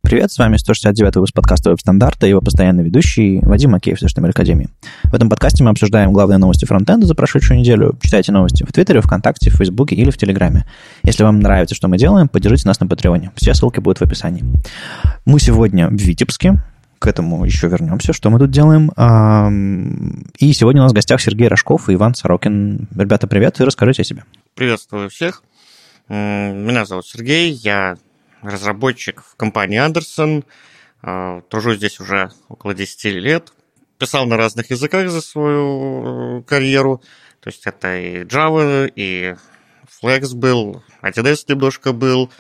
Привет, с вами 169-й выпуск подкаста «Веб-стандарта» и его постоянный ведущий Вадим Макеев из HTML Академии. В этом подкасте мы обсуждаем главные новости фронтенда за прошедшую неделю. Читайте новости в Твиттере, ВКонтакте, в Фейсбуке или в Телеграме. Если вам нравится, что мы делаем, поддержите нас на Патреоне. Все ссылки будут в описании. Мы сегодня в Витебске. К этому еще вернемся, что мы тут делаем. И сегодня у нас в гостях Сергей Рожков и Иван Сорокин. Ребята, привет, и расскажите о себе. Приветствую всех. Меня зовут Сергей, я разработчик в компании Андерсон. Тружусь здесь уже около 10 лет. Писал на разных языках за свою карьеру. То есть это и Java, и Flex был, 1С немножко был,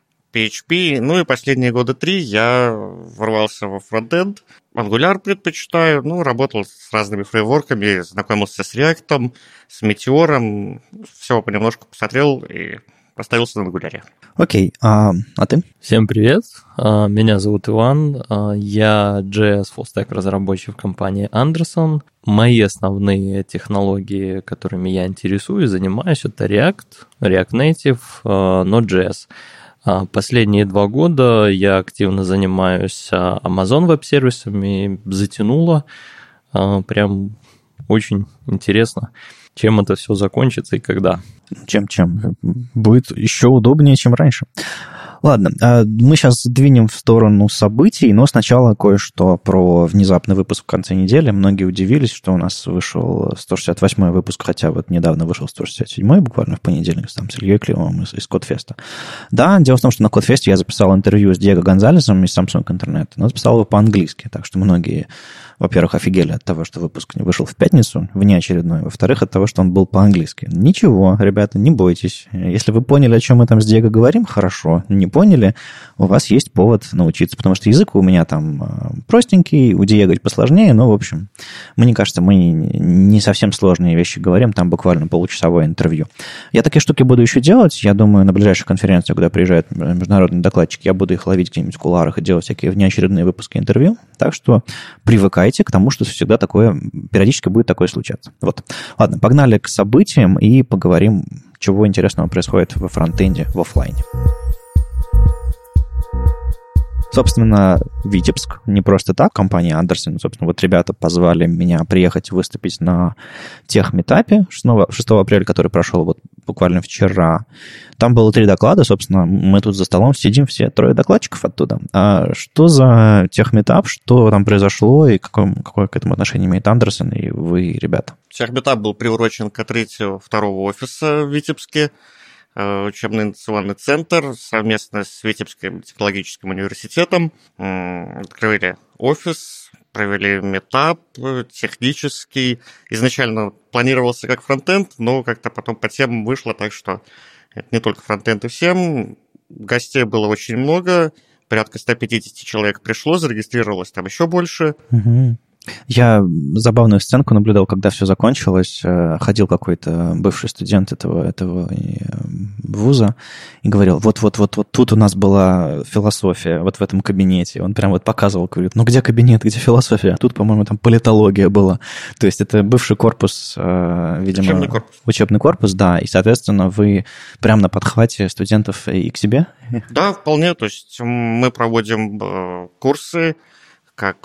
PHP. Ну и последние года 3 я ворвался во фронтенд. Angular предпочитаю. Работал с разными фреймворками, знакомился с React, с Meteor. Все понемножку посмотрел и поставился на Angular. Окей, а ты? Всем привет, меня зовут Иван, я JS Full-Stack разработчик в компании Anderson. Мои основные технологии, которыми я интересуюсь, занимаюсь, это React Native, Node.js. Последние 2 года я активно занимаюсь Amazon веб-сервисами, затянуло, прям очень интересно, чем это все закончится и когда. Чем? Будет еще удобнее, чем раньше. Ладно, мы сейчас двинем в сторону событий, но сначала кое-что про внезапный выпуск в конце недели. Многие удивились, что у нас вышел 168-й выпуск, хотя вот недавно вышел 167-й, буквально в понедельник, там с Ильей Климовым из Кодфеста. Да, дело в том, что на Кодфесте я записал интервью с Диего Гонзалесом из Samsung Internet, но записал его по-английски, так что многие, во-первых, офигели от того, что выпуск не вышел в пятницу, внеочередной, во-вторых, от того, что он был по-английски. Ничего, ребята, не бойтесь. Если вы поняли, о чем мы там с Диего говорим, хорошо. Не поняли, у вас есть повод научиться, потому что язык у меня там простенький, у Диего посложнее, но, в общем, мне кажется, мы не совсем сложные вещи говорим, там буквально получасовое интервью. Я такие штуки буду еще делать, я думаю, на ближайших конференциях, когда приезжают международные докладчики, я буду их ловить где-нибудь в кулуарах и делать всякие внеочередные выпуски интервью, так что привыкайте к тому, что всегда такое, периодически будет такое случаться. Вот. Ладно, погнали к событиям и поговорим, чего интересного происходит во фронтенде, в офлайне. Собственно, Витебск не просто так, компания Андерсон. Собственно, вот ребята позвали меня приехать выступить на техметапе 6 апреля, который прошел вот буквально вчера. Там было 3 доклада, собственно, мы тут за столом сидим, все 3 докладчиков оттуда. А что за техметап, что там произошло и какое к этому отношение имеет Андерсон и вы, ребята? Техметап был приурочен к открытию 2-го офиса в Витебске. Учебно-инновационный центр совместно с Витебским технологическим университетом открыли офис, провели метап технический. Изначально планировался как фронтенд, но как-то потом по темам вышло так, что это не только фронтенд и всем. Гостей было очень много, порядка 150 человек пришло, зарегистрировалось там еще больше. Угу. Я забавную сценку наблюдал, когда все закончилось. Ходил какой-то бывший студент этого вуза и говорил, вот тут у нас была философия, вот в этом кабинете. Он прям вот показывал, говорит, где кабинет, где философия? А тут, по-моему, там политология была. То есть это бывший корпус, видимо... Учебный корпус, да. И, соответственно, вы прям на подхвате студентов и к себе? Да, вполне. То есть мы проводим курсы, как...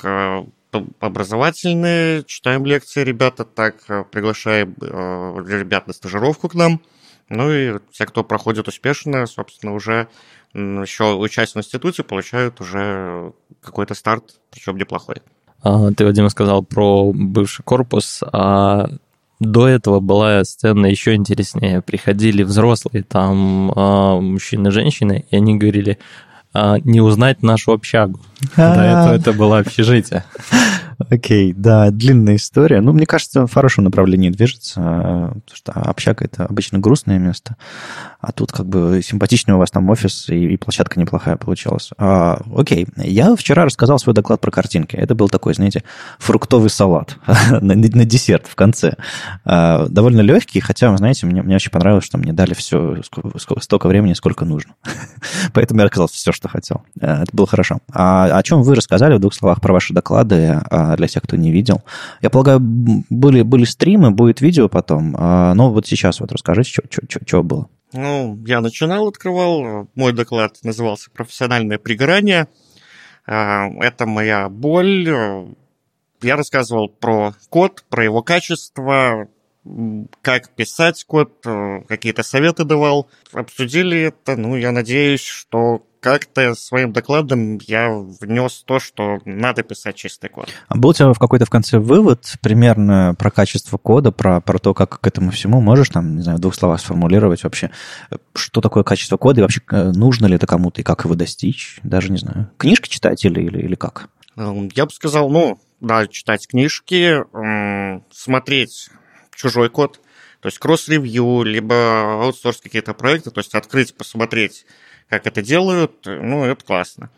образовательные, читаем лекции ребята, так приглашаем ребят на стажировку к нам. Ну и те, кто проходит успешно, собственно, уже еще учась в институте, получают уже какой-то старт, причем неплохой. Ты, Вадим, сказал про бывший корпус, а до этого была сцена еще интереснее. Приходили взрослые, там мужчины и женщины, и они говорили... не узнать нашу общагу. До этого это было общежитие. Окей, да, длинная история. Мне кажется, в хорошем направлении движется, потому что общага – это обычно грустное место, а тут как бы симпатичный у вас там офис, и площадка неплохая получилась. Окей, я вчера рассказал свой доклад про картинки. Это был такой, знаете, фруктовый салат на десерт в конце. Довольно легкий, хотя, знаете, мне очень понравилось, что мне дали все, столько времени, сколько нужно. Поэтому я рассказал все, что хотел. Это было хорошо. О чем вы рассказали в 2 словах про ваши доклады, для тех, кто не видел? Я полагаю, были стримы, будет видео потом, но вот сейчас вот расскажите, что было. Я начинал, открывал. Мой доклад назывался «Профессиональное пригорание». Это моя боль. Я рассказывал про код, про его качество, как писать код, какие-то советы давал. Обсудили это, я надеюсь, что как-то своим докладом я внес то, что надо писать чистый код. А был у тебя в конце вывод примерно про качество кода, про то, как к этому всему? Можешь там, не знаю, в 2 словах сформулировать вообще, что такое качество кода, и вообще нужно ли это кому-то, и как его достичь? Даже, не знаю, книжки читать или как? Я бы сказал, да, читать книжки, смотреть чужой код, то есть кросс-ревью, либо аутсорс какие-то проекты, то есть открыть, посмотреть, как это делают, это классно.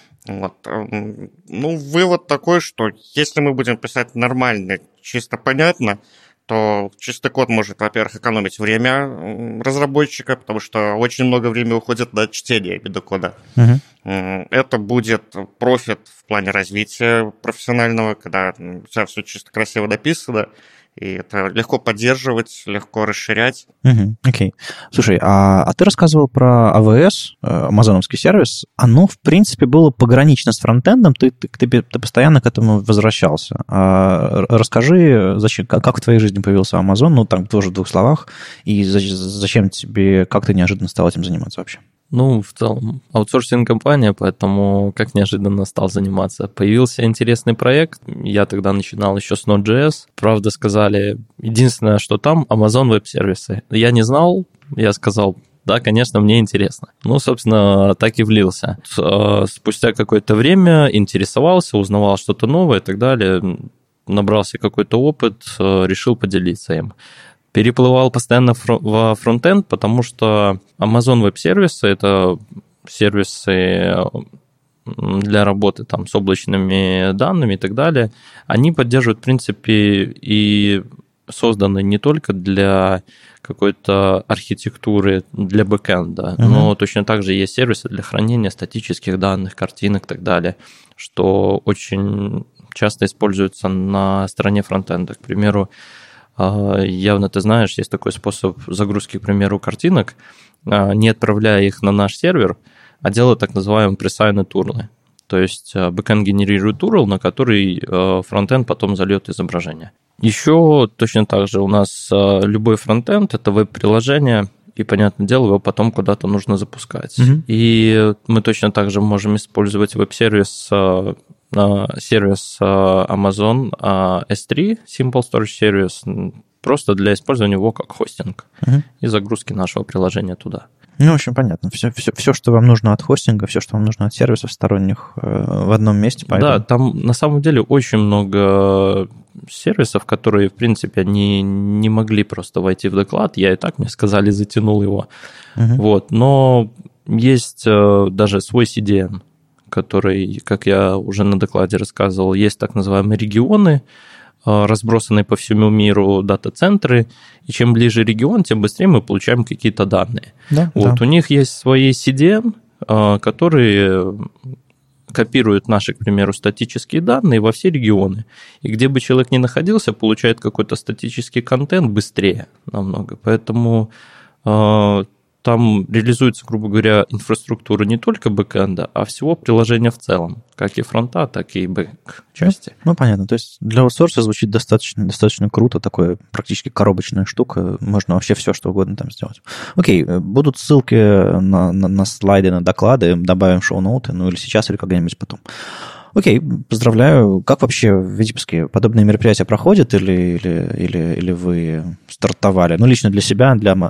Вывод такой, что если мы будем писать нормально, чисто понятно, то чистый код может, во-первых, экономить время разработчика, потому что очень много времени уходит на чтение видокода. Это будет профит в плане развития профессионального, когда у тебя все чисто красиво написано, и это легко поддерживать, легко расширять. Окей. Слушай, а ты рассказывал про AWS, амазоновский сервис. Оно, в принципе, было погранично с фронтендом, ты постоянно к этому возвращался. Расскажи, зачем, как в твоей жизни появился Amazon, там тоже в 2 словах, и зачем тебе, как ты неожиданно стал этим заниматься вообще? В целом, аутсорсинг-компания, поэтому как неожиданно стал заниматься. Появился интересный проект, я тогда начинал еще с Node.js. Правда, сказали, единственное, что там Amazon веб-сервисы. Я не знал, я сказал, да, конечно, мне интересно. Собственно, так и влился. Спустя какое-то время интересовался, узнавал что-то новое и так далее, набрался какой-то опыт, решил поделиться им. Переплывал постоянно во фронтенд, потому что Amazon веб-сервисы — это сервисы для работы там, с облачными данными и так далее. Они поддерживают, в принципе, и созданы не только для какой-то архитектуры для бэкэнда, но точно так же есть сервисы для хранения статических данных, картинок и так далее, что очень часто используется на стороне фронтенда. К примеру, явно ты знаешь, есть такой способ загрузки, к примеру, картинок, не отправляя их на наш сервер, а делая так называемые pre-assigned URL. То есть бэкэнд генерирует URL, на который фронтенд потом зальет изображение. Еще точно так же у нас любой фронтенд — это веб-приложение, и, понятное дело, его потом куда-то нужно запускать. И мы точно так же можем использовать веб-сервис сервис Amazon S3, Simple Storage Service, просто для использования его как хостинг и загрузки нашего приложения туда. В общем, понятно. Все, что вам нужно от хостинга, все, что вам нужно от сервисов сторонних в одном месте. Поэтому... Да, там на самом деле очень много сервисов, которые, в принципе, они не могли просто войти в доклад. Я и так, мне сказали, затянул его. Но есть даже свой CDN, который, как я уже на докладе рассказывал, есть так называемые регионы, разбросанные по всему миру дата-центры, и чем ближе регион, тем быстрее мы получаем какие-то данные. У них есть свои CDN, которые копируют наши, к примеру, статические данные во все регионы. И где бы человек ни находился, получает какой-то статический контент быстрее намного. Поэтому там реализуется, грубо говоря, инфраструктура не только бэкэнда, а всего приложения в целом, как и фронта, так и бэк-части. Понятно. То есть для аутсорса звучит достаточно круто, такое практически коробочная штука. Можно вообще все, что угодно там сделать. Окей, будут ссылки на слайды, на доклады, добавим шоу-ноуты, или сейчас, или когда-нибудь потом. Окей, поздравляю. Как вообще в Витебске подобные мероприятия проходят или вы стартовали? Лично для себя,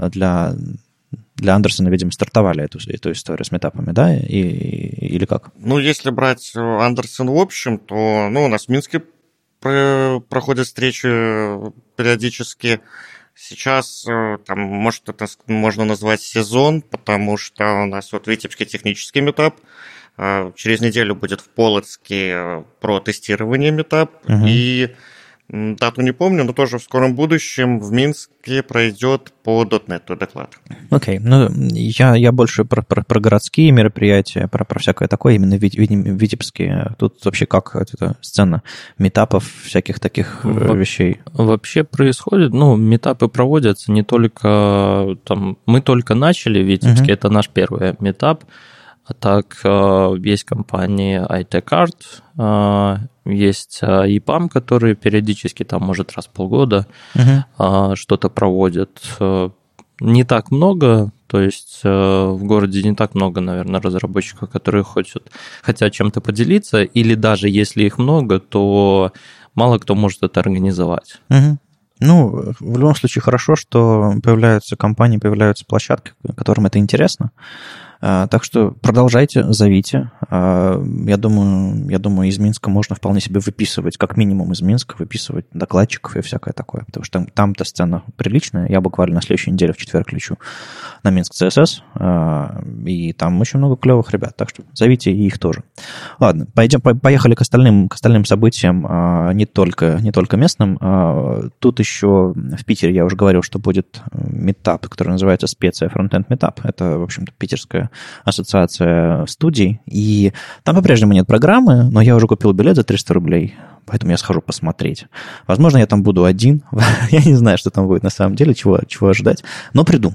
для Андерсона, видимо, стартовали эту историю с митапами, да? Или как? Если брать Андерсон в общем, то у нас в Минске проходят встречи периодически. Сейчас, может, это можно назвать сезон, потому что у нас Витебский технический митап. Через неделю будет в Полоцке про тестирование митап. И дату не помню, но тоже в скором будущем в Минске пройдет по .NET доклад. Окей. Я больше про городские мероприятия, про всякое такое, именно витебские. Тут вообще как эта сцена митапов, всяких таких вещей? Вообще происходит, митапы проводятся не только там... Мы только начали в Витебске, это наш первый митап. А так, есть компании iTechArt, есть EPAM, который периодически там, может, раз в полгода что-то проводит. Не так много, то есть в городе не так много, наверное, разработчиков, которые хотят чем-то поделиться, или даже если их много, то мало кто может это организовать. Ну, в любом случае хорошо, что появляются компании, появляются площадки, которым это интересно. Так что продолжайте, зовите. Я думаю, из Минска можно вполне себе выписывать, как минимум из Минска, выписывать докладчиков и всякое такое, потому что там-то сцена приличная. Я буквально на следующей неделе в четверг лечу на Минск ЦСС, и там очень много клевых ребят, так что зовите и их тоже. Ладно, поехали к остальным событиям, не только местным. Тут еще в Питере я уже говорил, что будет митап, который называется «Специя Frontend Meetup». Это, в общем-то, питерская ассоциация студий, и там по-прежнему нет программы, но я уже купил билет за 300 рублей, поэтому я схожу посмотреть. Возможно, я там буду один, я не знаю, что там будет на самом деле, чего ожидать, но приду.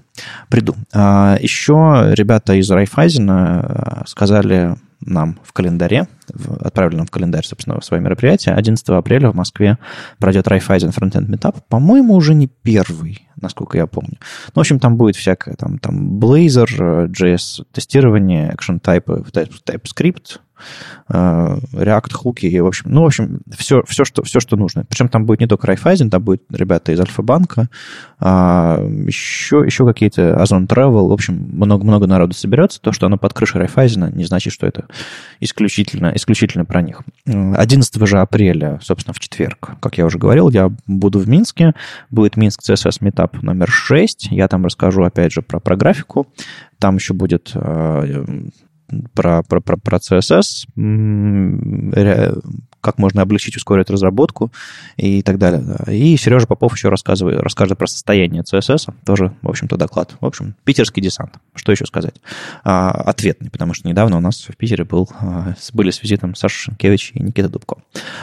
Еще ребята из Райфайзена сказали нам в календаре, отправили нам в календарь, собственно, свое мероприятие. 11 апреля в Москве пройдет Raiffeisen Frontend Meetup. По-моему, уже не первый, насколько я помню. Ну, в общем, там будет всякое. Там Blazor, JS-тестирование, action-type, TypeScript, React, хуки, и, в общем, все, что нужно. Причем там будет не только Raiffeisen, там будут ребята из Альфа-банка, еще какие-то Озон Travel, в общем, много народу соберется. То, что оно под крышей Raiffeisen, не значит, что это исключительно про них. 11 же апреля, собственно, в четверг, как я уже говорил, я буду в Минске, будет Минск CSS Meetup номер 6, я там расскажу, опять же, про графику, там еще будет про CSS, как можно облегчить, ускорить разработку и так далее. И Сережа Попов еще расскажет про состояние CSS, тоже, в общем-то, доклад. В общем, питерский десант. Что еще сказать? Ответный, потому что недавно у нас в Питере были с визитом Саша Шенкевич и Никита Дубко.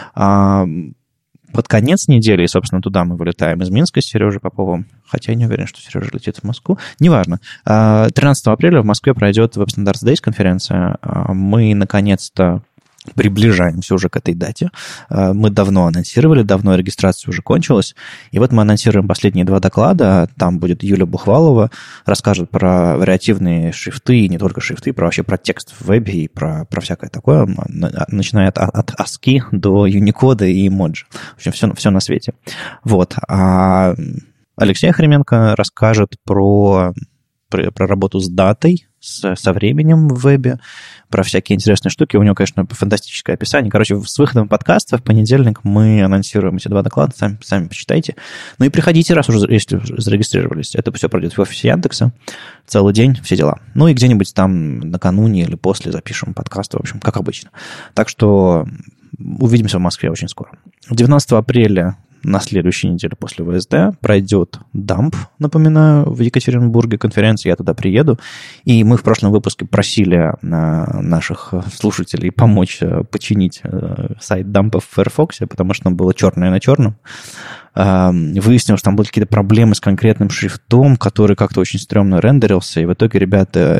Под конец недели, и, собственно, туда мы вылетаем из Минска с Сережей Поповым, хотя я не уверен, что Сережа летит в Москву. Неважно. 13 апреля в Москве пройдет Web Standards Days конференция. Мы, наконец-то, приближаемся уже к этой дате. Мы давно анонсировали, регистрация уже кончилась. И вот мы анонсируем последние 2 доклада. Там будет Юля Бухвалова, расскажет про вариативные шрифты, и не только шрифты, вообще про текст в вебе и про всякое такое, начиная от ASCII до Unicode и эмоджи. В общем, все на свете. Вот. А Алексей Охрименко расскажет про работу с датой, со временем в вебе, про всякие интересные штуки. У него, конечно, фантастическое описание. Короче, с выходом подкаста в понедельник мы анонсируем эти 2 доклада. Сами почитайте. Ну и приходите, раз уже, если зарегистрировались. Это все пройдет в офисе Яндекса. Целый день, все дела. Ну и где-нибудь там накануне или после запишем подкаст. В общем, как обычно. Так что увидимся в Москве очень скоро. 19 апреля на следующей неделе после ВСД пройдет Дамп, напоминаю, в Екатеринбурге конференция, я туда приеду. И мы в прошлом выпуске просили наших слушателей помочь починить сайт Дампа в Firefox, потому что там было черное на черном. Выяснилось, что там были какие-то проблемы с конкретным шрифтом, который как-то очень стрёмно рендерился, и в итоге ребята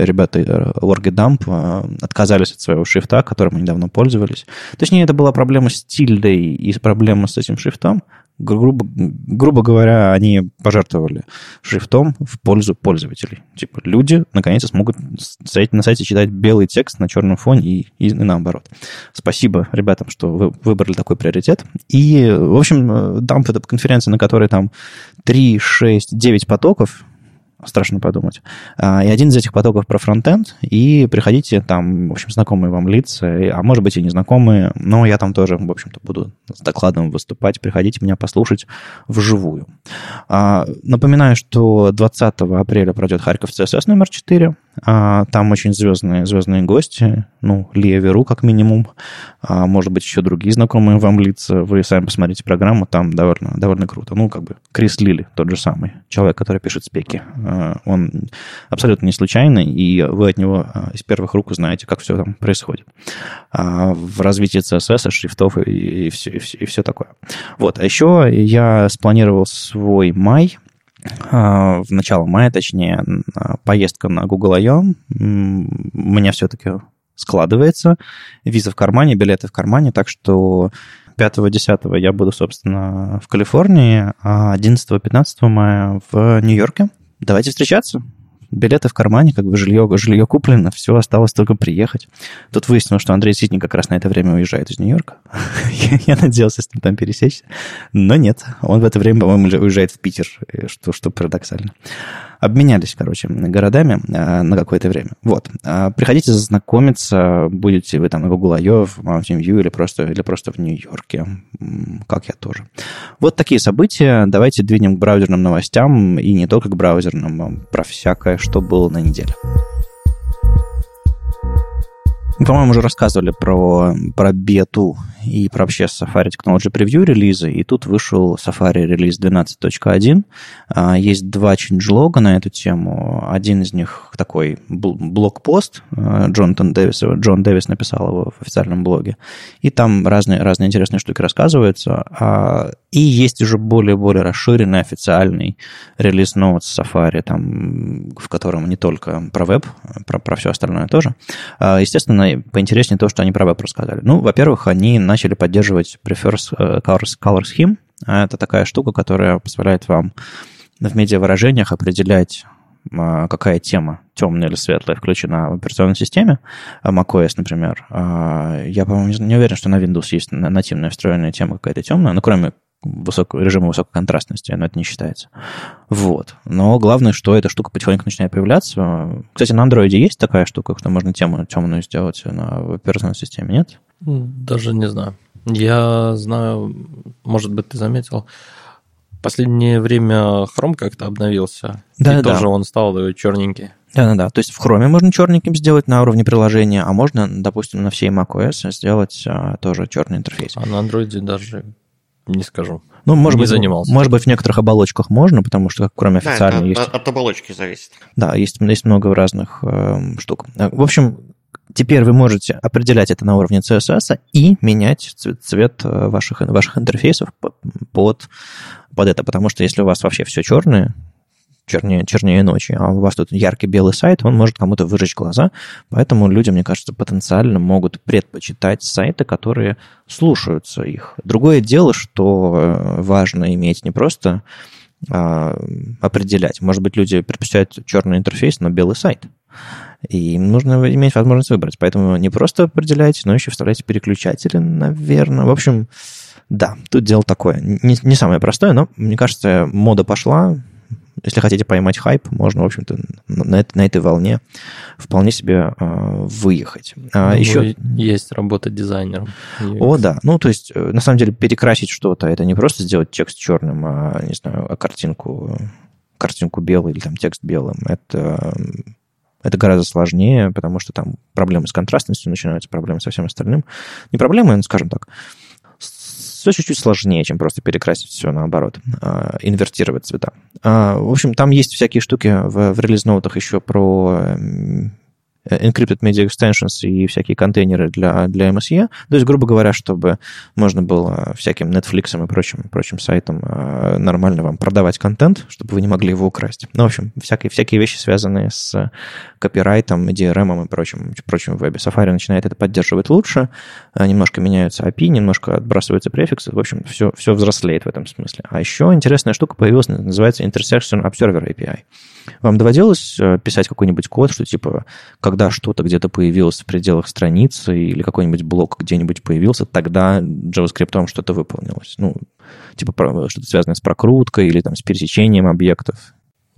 Org-Dump отказались от своего шрифта, которым они давно пользовались. Точнее, это была проблема с тильдой и проблема с этим шрифтом. Грубо говоря, они пожертвовали шрифтом в пользу пользователей. Типа люди наконец-то смогут на сайте читать белый текст на черном фоне и наоборот. Спасибо ребятам, что вы выбрали такой приоритет. И, в общем, Dump — это конференция, на которой там 3, 6, 9 потоков. Страшно подумать. И один из этих потоков про фронтенд, и приходите, там, в общем, знакомые вам лица, а может быть и незнакомые, но я там тоже, в общем-то, буду с докладом выступать, приходите меня послушать вживую. Напоминаю, что 20 апреля пройдет Харьков CSS номер 4, там очень звездные гости, Лия Веру, как минимум, может быть, еще другие знакомые вам лица, вы сами посмотрите программу, там довольно круто. Крис Лили, тот же самый, человек, который пишет спеки, он абсолютно не случайный, и вы от него из первых рук узнаете, как все там происходит. В развитии CSS, шрифтов и все такое. Вот. А еще я спланировал свой май. в начало мая, точнее, поездка на Google I.O. У меня все-таки складывается. Виза в кармане, билеты в кармане, так что 5-10 я буду, собственно, в Калифорнии, а 11-15 мая в Нью-Йорке. Давайте встречаться. Билеты в кармане, как бы жилье куплено, все, осталось только приехать. Тут выяснилось, что Андрей Ситник как раз на это время уезжает из Нью-Йорка. Я надеялся с ним там пересечься, но нет. Он в это время, по-моему, уезжает в Питер, что парадоксально. Обменялись, короче, городами на какое-то время. Вот. Приходите знакомиться, будете вы там на Google I.O., в Mountain View или просто в Нью-Йорке, как я тоже. Вот такие события. Давайте двинем к браузерным новостям, и не только к браузерным, а про всякое, что было на неделе. Мы, по-моему, уже рассказывали про бету и про вообще Safari Technology Preview релизы, и тут вышел Safari релиз 12.1. Есть два чейнджлога на эту тему. Один из них такой блогпост. Джон Дэвис написал его в официальном блоге. И там разные интересные штуки рассказываются. И есть уже более расширенный официальный релиз ноут Safari, там, в котором не только про веб, про все остальное тоже. Естественно, поинтереснее то, что они про веб рассказали. Ну, во-первых, они начали поддерживать Prefers Color Scheme. Это такая штука, которая позволяет вам в медиавыражениях определять, какая тема, темная или светлая, включена в операционной системе, macOS, например. Я, по-моему, не уверен, что на Windows есть нативная встроенная тема какая-то темная, но кроме режима высокой контрастности, но это не считается. Вот. Но главное, что эта штука потихоньку начинает появляться. Кстати, на Android есть такая штука, что можно тему темную сделать в операционной системе, нет? Даже не знаю. Я знаю, может быть, ты заметил, в последнее время Chrome как-то обновился, и тоже он стал черненький. Да. То есть в Chrome можно черненьким сделать на уровне приложения, а можно, допустим, на всей macOS сделать тоже черный интерфейс. А на Android даже не скажу. Ну, может быть, занимался. Может быть, в некоторых оболочках можно, потому что кроме официальной есть... от оболочки зависит. Да, есть много разных штук. В общем, теперь вы можете определять это на уровне CSS и менять цвет ваших интерфейсов под это, потому что если у вас вообще все черное, чернее ночи, а у вас тут яркий белый сайт, он может кому-то выжечь глаза, поэтому люди, мне кажется, потенциально могут предпочитать сайты, которые слушаются их. Другое дело, что важно иметь не просто определять. Может быть, люди предпочитают черный интерфейс, но белый сайт. И им нужно иметь возможность выбрать. Поэтому не просто определяйте, но еще вставляйте переключатели, наверное. В общем, да, тут дело такое. Не самое простое, но, мне кажется, мода пошла. Если хотите поймать хайп, можно, в общем-то, на этой волне вполне себе выехать. Еще есть работа дизайнером. О, да. Ну, то есть, на самом деле, перекрасить что-то, это не просто сделать текст черным, а, не знаю, картинку белой или там текст белым. Это гораздо сложнее, потому что там проблемы с контрастностью начинаются, проблемы со всем остальным. Не проблемы, но, скажем так, все чуть-чуть сложнее, чем просто перекрасить все наоборот, инвертировать цвета. В общем, там есть всякие штуки в релиз-ноутах еще про encrypted media extensions и всякие контейнеры для MSE. То есть, грубо говоря, чтобы можно было всяким Netflix и прочим сайтам нормально вам продавать контент, чтобы вы не могли его украсть. Ну, в общем, всякие вещи, связанные с копирайтом, DRM и прочим в вебе. Safari начинает это поддерживать лучше, немножко меняются API, немножко отбрасываются префиксы. В общем, все взрослеет в этом смысле. А еще интересная штука появилась, называется Intersection Observer API. Вам доводилось писать какой-нибудь код, что типа, когда что-то где-то появилось в пределах страницы или какой-нибудь блок где-нибудь появился, тогда JavaScript что-то выполнилось? Ну, типа что-то связанное с прокруткой или там с пересечением объектов?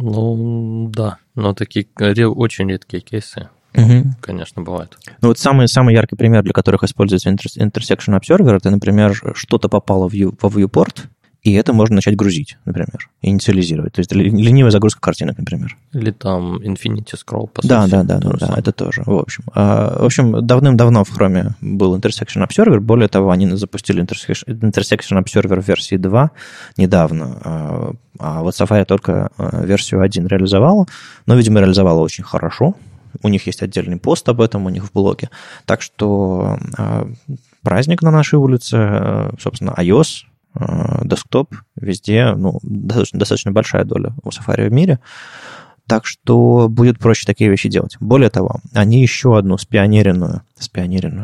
Ну, да. Но такие очень редкие кейсы, конечно, бывают. Ну, вот самый яркий пример, для которых используется Intersection Observer, это, например, что-то попало во viewport, и это можно начать грузить, например, инициализировать. То есть ленивая загрузка картинок, например. Или там Infinity Scroll, по сути. Да, это тоже. В общем, давным-давно в Chrome был Intersection Observer. Более того, они запустили Intersection Observer в версии 2 недавно. А вот Safari только версию 1 реализовала, но, видимо, реализовала очень хорошо. У них есть отдельный пост об этом у них в блоге. Так что праздник на нашей улице, собственно, iOS десктоп, везде, достаточно большая доля у Safari в мире, так что будет проще такие вещи делать. Более того, они еще одну спионеренную, я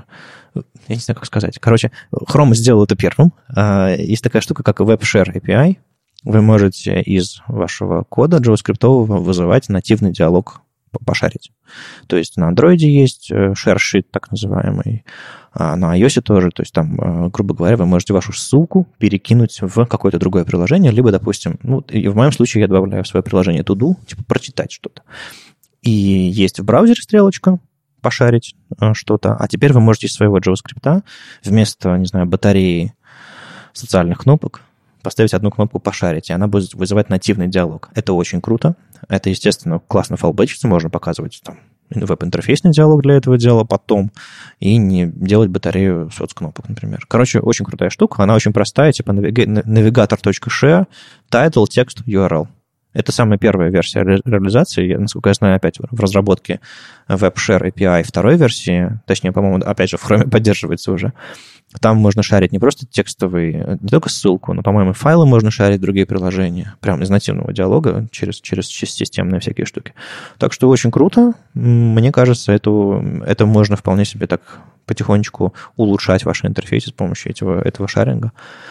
не знаю, как сказать. Короче, Chrome сделал это первым. Есть такая штука, как WebShare API. Вы можете из вашего кода JavaScript вызывать нативный диалог пошарить. То есть на Android есть ShareSheet, так называемый, а на iOS тоже. То есть там, грубо говоря, вы можете вашу ссылку перекинуть в какое-то другое приложение, либо, допустим, и в моем случае я добавляю в свое приложение To-Do, типа прочитать что-то. И есть в браузере стрелочка, пошарить что-то, а теперь вы можете из своего JavaScript вместо, не знаю, батареи социальных кнопок поставить одну кнопку «Пошарить», и она будет вызывать нативный диалог. Это очень круто. Это, естественно, классно фалбэчится, можно показывать там веб-интерфейсный диалог для этого дела потом и не делать батарею соцкнопок, например. Короче, очень крутая штука. Она очень простая, типа navigator.share, title, text, URL. Это самая первая версия реализации. Насколько я знаю, опять в разработке WebShare API второй версии, точнее, по-моему, опять же, в Chrome поддерживается уже. Там можно шарить не просто текстовый, не только ссылку, но, по-моему, файлы можно шарить, другие приложения, прямо из нативного диалога через системные всякие штуки. Так что очень круто. Мне кажется, это можно вполне себе так потихонечку улучшать ваши интерфейсы с помощью этого шаринга.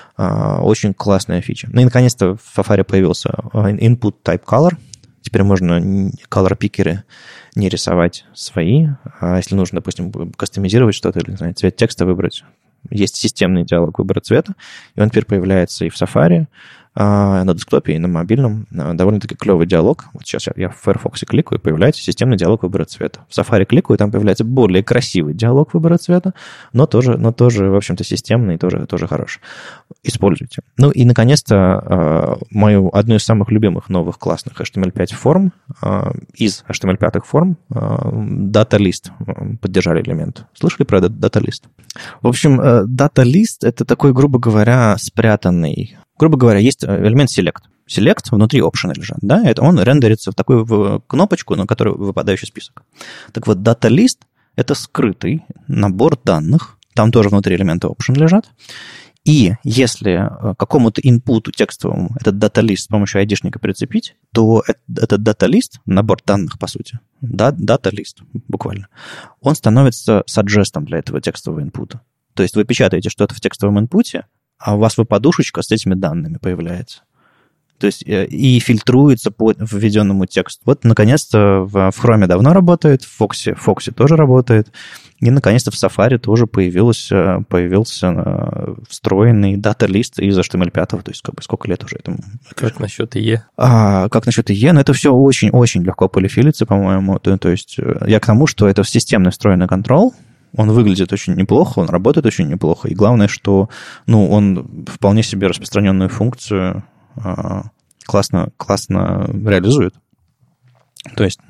Очень классная фича. Ну и, наконец-то, в Safari появился input type color. Теперь можно color-пикеры не рисовать свои, а если нужно, допустим, кастомизировать что-то, или, не знаю, цвет текста выбрать, есть системный диалог выбора цвета, и он теперь появляется и в Safari, на десктопе и на мобильном. Довольно-таки клевый диалог. Вот сейчас я в Firefox кликаю, и появляется системный диалог выбора цвета. В Safari кликаю, и там появляется более красивый диалог выбора цвета, но тоже в общем-то, системный, тоже хороший. Используйте. Ну и, наконец-то, одну из самых любимых новых классных HTML5 форм, из HTML5 форм Data List поддержали элемент. Слышали про Data List? В общем, Data List — это такой, грубо говоря, спрятанный... Грубо говоря, есть элемент select. Select внутри option лежат, да? Он рендерится в такую кнопочку, на которую выпадающий список. Так вот, Data List — это скрытый набор данных. Там тоже внутри элементы option лежат. И если какому-то инпуту текстовому этот дата-лист с помощью айдишника прицепить, то этот дата-лист, набор данных, по сути, дата-лист буквально, он становится саджестом для этого текстового инпута. То есть вы печатаете что-то в текстовом инпуте, а у вас подушечка с этими данными появляется. То есть и фильтруется по введенному тексту. Вот, наконец-то, в Chrome давно работает, в Fox тоже работает, и, наконец-то, в Safari тоже появился встроенный дата-лист из HTML5, то есть сколько лет уже этому. Как насчет IE? Как насчет IE? Но это все очень-очень легко полифилится, по-моему. То есть я к тому, что это системный встроенный контрол. Он выглядит очень неплохо, он работает очень неплохо. И главное, что он вполне себе распространенную функцию классно реализует. То есть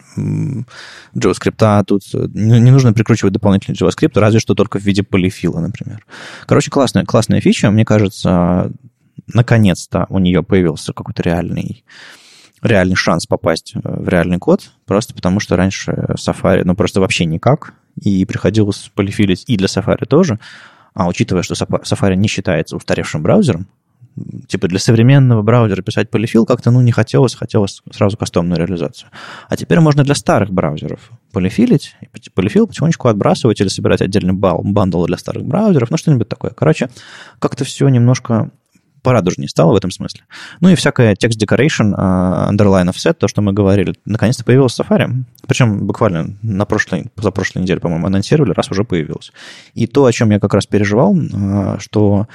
JavaScript тут не нужно прикручивать дополнительный JavaScript, разве что только в виде полифила, например. Короче, классная фича. Мне кажется, наконец-то у нее появился какой-то реальный шанс попасть в реальный код, просто потому что раньше Safari, просто вообще никак, и приходилось полифилить и для Safari тоже, а учитывая, что Safari не считается устаревшим браузером, типа для современного браузера писать полифил как-то не хотелось сразу кастомную реализацию. А теперь можно для старых браузеров полифилить, и полифил потихонечку отбрасывать или собирать отдельный бандл для старых браузеров, что-нибудь такое. Короче, как-то все немножко порадужнее стало в этом смысле. И всякая text decoration, underline offset, то, что мы говорили, наконец-то появилось в Safari. Причем буквально позапрошлой неделе, по-моему, анонсировали, раз уже появилось. И то, о чем я как раз переживал, что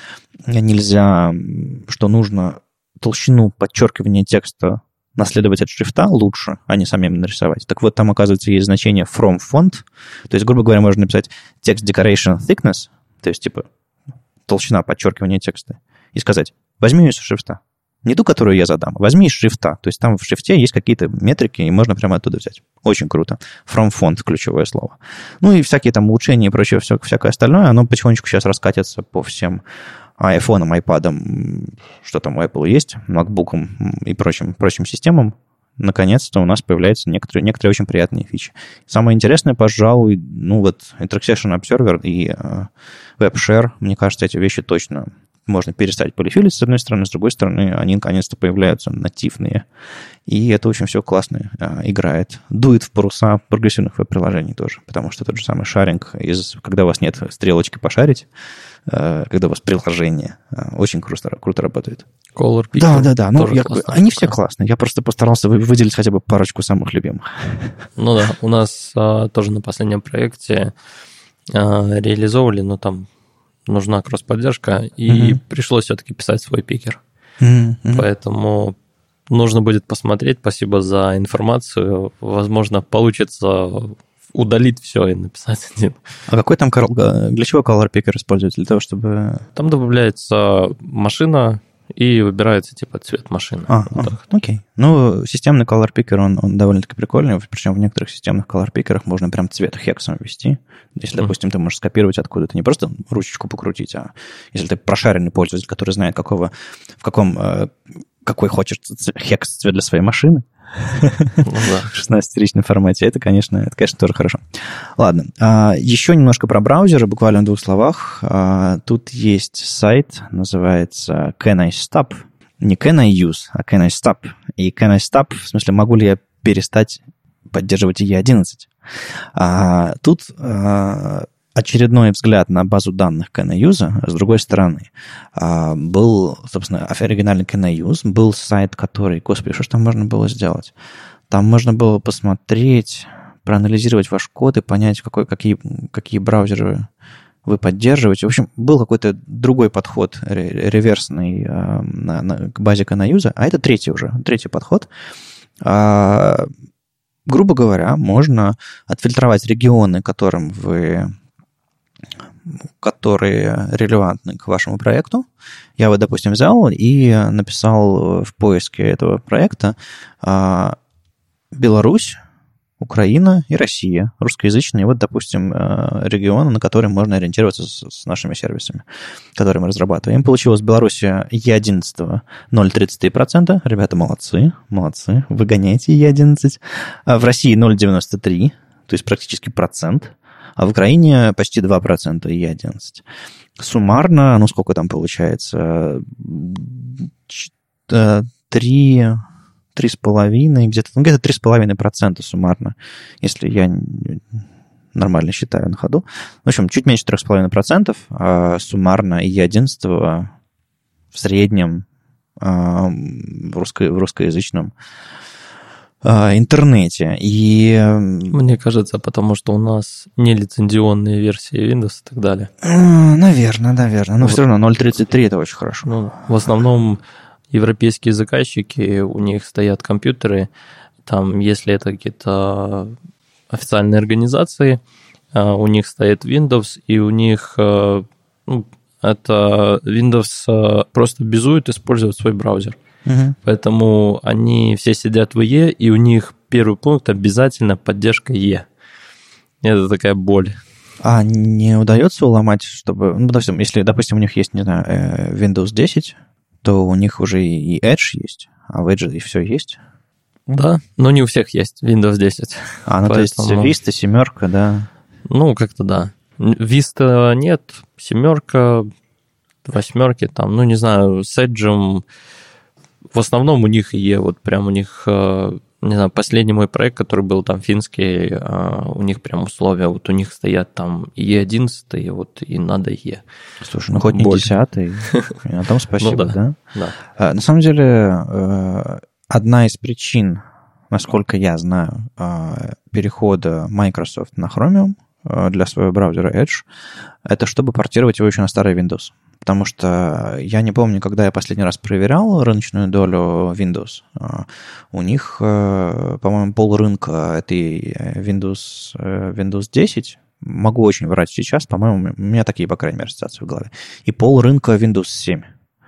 нужно толщину подчеркивания текста наследовать от шрифта лучше, а не самим нарисовать. Так вот, там, оказывается, есть значение from font. То есть, грубо говоря, можно написать text decoration thickness, то есть, типа, толщина подчеркивания текста, и сказать, возьми ее из шрифта. Не ту, которую я задам, а возьми из шрифта. То есть там в шрифте есть какие-то метрики, и можно прямо оттуда взять. Очень круто. From font – ключевое слово. И всякие там улучшения и прочее, всякое остальное, оно потихонечку сейчас раскатится по всем айфонам, айпадам, что там у Apple есть, MacBook'ам и прочим системам. Наконец-то у нас появляются некоторые очень приятные фичи. Самое интересное, пожалуй, Interaction Observer и WebShare, мне кажется, эти вещи точно можно перестать полифилить, с одной стороны, с другой стороны, они наконец-то появляются нативные. И это очень все классно играет. Дует в паруса прогрессивных веб-приложений тоже, потому что тот же самый шаринг, когда у вас нет стрелочки пошарить, когда у вас приложение, очень круто работает. Color Picker. Да. Они все классные. Я просто постарался выделить хотя бы парочку самых любимых. Ну да, у нас тоже на последнем проекте реализовывали, но там нужна кросс-поддержка, и пришлось все-таки писать свой пикер. Поэтому нужно будет посмотреть. Спасибо за информацию. Возможно, получится удалить все и написать один. А какой там для чего Color Picker используется? Для того, чтобы... Там добавляется машина и выбирается типа цвет машины. Окей. Ну, системный Color Picker, он довольно-таки прикольный, причем в некоторых системных Color Picker'ах можно прям цвет хексом ввести. Если, допустим, ты можешь скопировать откуда-то, не просто ручечку покрутить, а если ты прошаренный пользователь, который знает, какой хочешь хекс цвет для своей машины, в 16-ричном формате, это, конечно, тоже хорошо. Ладно, еще немножко про браузеры, буквально в 2 словах. Тут есть сайт, называется Can I Stop? Не Can I Use, а Can I Stop? И Can I Stop, в смысле, могу ли я перестать поддерживать IE11? Тут очередной взгляд на базу данных Can I Use. С другой стороны, был, собственно, оригинальный Can I Use, был сайт, который... Господи, что ж там можно было сделать? Там можно было посмотреть, проанализировать ваш код и понять, какие браузеры вы поддерживаете. В общем, был какой-то другой подход, реверсный к базе Can I Use, а это третий подход. Грубо говоря, можно отфильтровать регионы, которые релевантны к вашему проекту. Я вот, допустим, взял и написал в поиске этого проекта Беларусь, Украина и Россия, русскоязычные, вот, допустим, регионы, на которые можно ориентироваться с нашими сервисами, которые мы разрабатываем. Получилось в Беларуси E11 0,33%. Ребята, молодцы, вы гоняете E11. А в России 0,93%, то есть практически процент. А в Украине почти 2% E11. Суммарно, сколько там получается? 3,5%, где-то 3,5% суммарно, если я нормально считаю на ходу. В общем, чуть меньше 3,5%, а суммарно E11 в среднем в русскоязычном интернете. И... Мне кажется, потому что у нас нелицензионные версии Windows и так далее. Наверное. Но все равно 0.33 это очень хорошо. В основном европейские заказчики, у них стоят компьютеры, там, если это какие-то официальные организации, у них стоит Windows, и у них это Windows просто обязует использовать свой браузер. Поэтому они все сидят в IE, и у них первый пункт обязательно поддержка IE. Это такая боль. А не удается уломать, чтобы... если, допустим, у них есть, не знаю, Windows 10, то у них уже и Edge есть, а в Edge и все есть. Да, но не у всех есть Windows 10. То есть Vista, 7, да? Как-то да. Vista нет, 7, 8, там, не знаю, с Edge... В основном у них IE, вот прям у них, не знаю, последний мой проект, который был там финский, у них прям условия, вот у них стоят там E11, вот и надо IE. Слушай, хоть не 10-й, на том спасибо, да? На самом деле, одна из причин, насколько я знаю, перехода Microsoft на Chromium для своего браузера Edge, это чтобы портировать его еще на старый Windows. Потому что я не помню, когда я последний раз проверял рыночную долю Windows. У них, по-моему, полрынка этой Windows 10. Могу очень врать сейчас. По-моему, у меня такие, по крайней мере, ассоциации в голове. И полрынка Windows 7.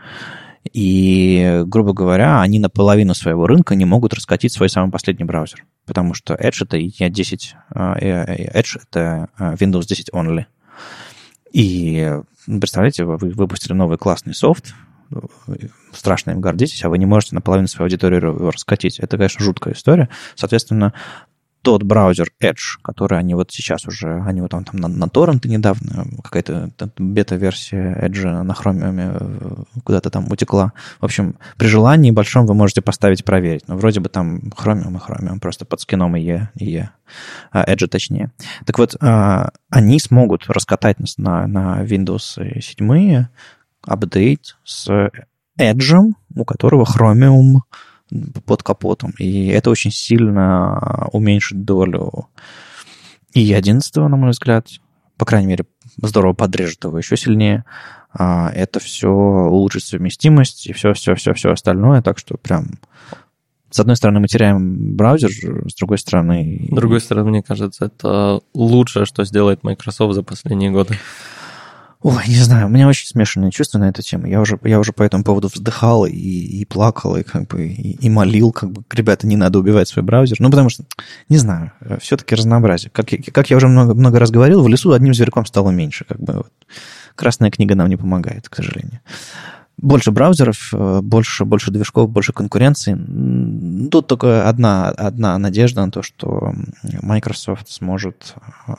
И, грубо говоря, они наполовину своего рынка не могут раскатить свой самый последний браузер. Потому что Edge это E10, Edge это Windows 10 only. И представляете, вы выпустили новый классный софт, страшно им гордитесь, а вы не можете наполовину своей аудитории его раскатить. Это, конечно, жуткая история. Соответственно, тот браузер Edge, который они вот сейчас уже, они вот там на торренты недавно, какая-то бета-версия Edge на Chromium куда-то там утекла. В общем, при желании большом вы можете поставить проверить. Но вроде бы там Chromium и Chromium, просто под скином Edge точнее. Так вот, они смогут раскатать на Windows 7 апдейт с Edge, у которого Chromium под капотом. И это очень сильно уменьшит долю и 11, на мой взгляд. По крайней мере, здорово подрежет его еще сильнее. Это все улучшит совместимость и все остальное. Так что прям с одной стороны мы теряем браузер, с другой стороны... С другой стороны, мне кажется, это лучшее, что сделает Microsoft за последние годы. Ой, не знаю, у меня очень смешанные чувства на эту тему. Я уже по этому поводу вздыхал и плакал, и как бы и молил, как бы, ребята, не надо убивать свой браузер. Ну, потому что, не знаю, все-таки разнообразие. Как я уже много раз говорил, в лесу одним зверьком стало меньше. Как бы вот. Красная книга нам не помогает, к сожалению. Больше браузеров, больше движков, больше конкуренции. Тут только одна надежда на то, что Microsoft сможет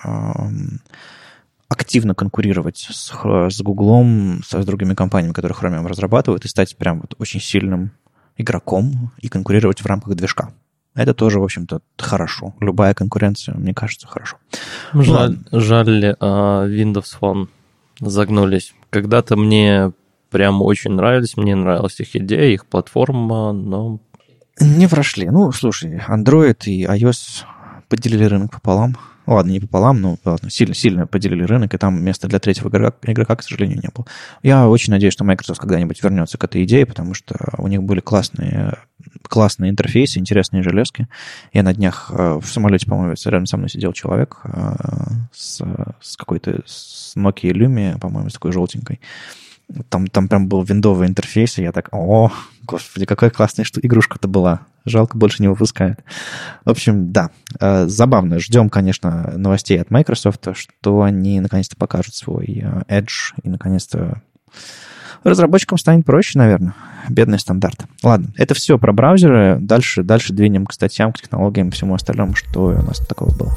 активно конкурировать с Гуглом, с другими компаниями, которые Chromium разрабатывают, и стать прям вот очень сильным игроком и конкурировать в рамках движка. Это тоже, в общем-то, хорошо. Любая конкуренция, мне кажется, хорошо. Жаль, Windows Phone загнулись. Когда-то мне прям очень нравились, мне нравилась их идея, их платформа, но... Не прошли. Ну, слушай, Android и iOS поделили рынок пополам. Ладно, не пополам, но ладно, сильно поделили рынок, и там места для третьего игрока, к сожалению, не было. Я очень надеюсь, что Microsoft когда-нибудь вернется к этой идее, потому что у них были классные интерфейсы, интересные железки. Я на днях в самолете, по-моему, рядом со мной сидел человек с Nokia Lumia, по-моему, с такой желтенькой. Там прям был виндовый интерфейс, и я так, господи, какая классная игрушка-то была. Жалко, больше не выпускают. В общем, да, забавно. Ждем, конечно, новостей от Microsoft, что они наконец-то покажут свой Edge, и наконец-то разработчикам станет проще, наверное. Бедный стандарт. Ладно, это все про браузеры. Дальше двинем к статьям, к технологиям, к всему остальному, что у нас такого было.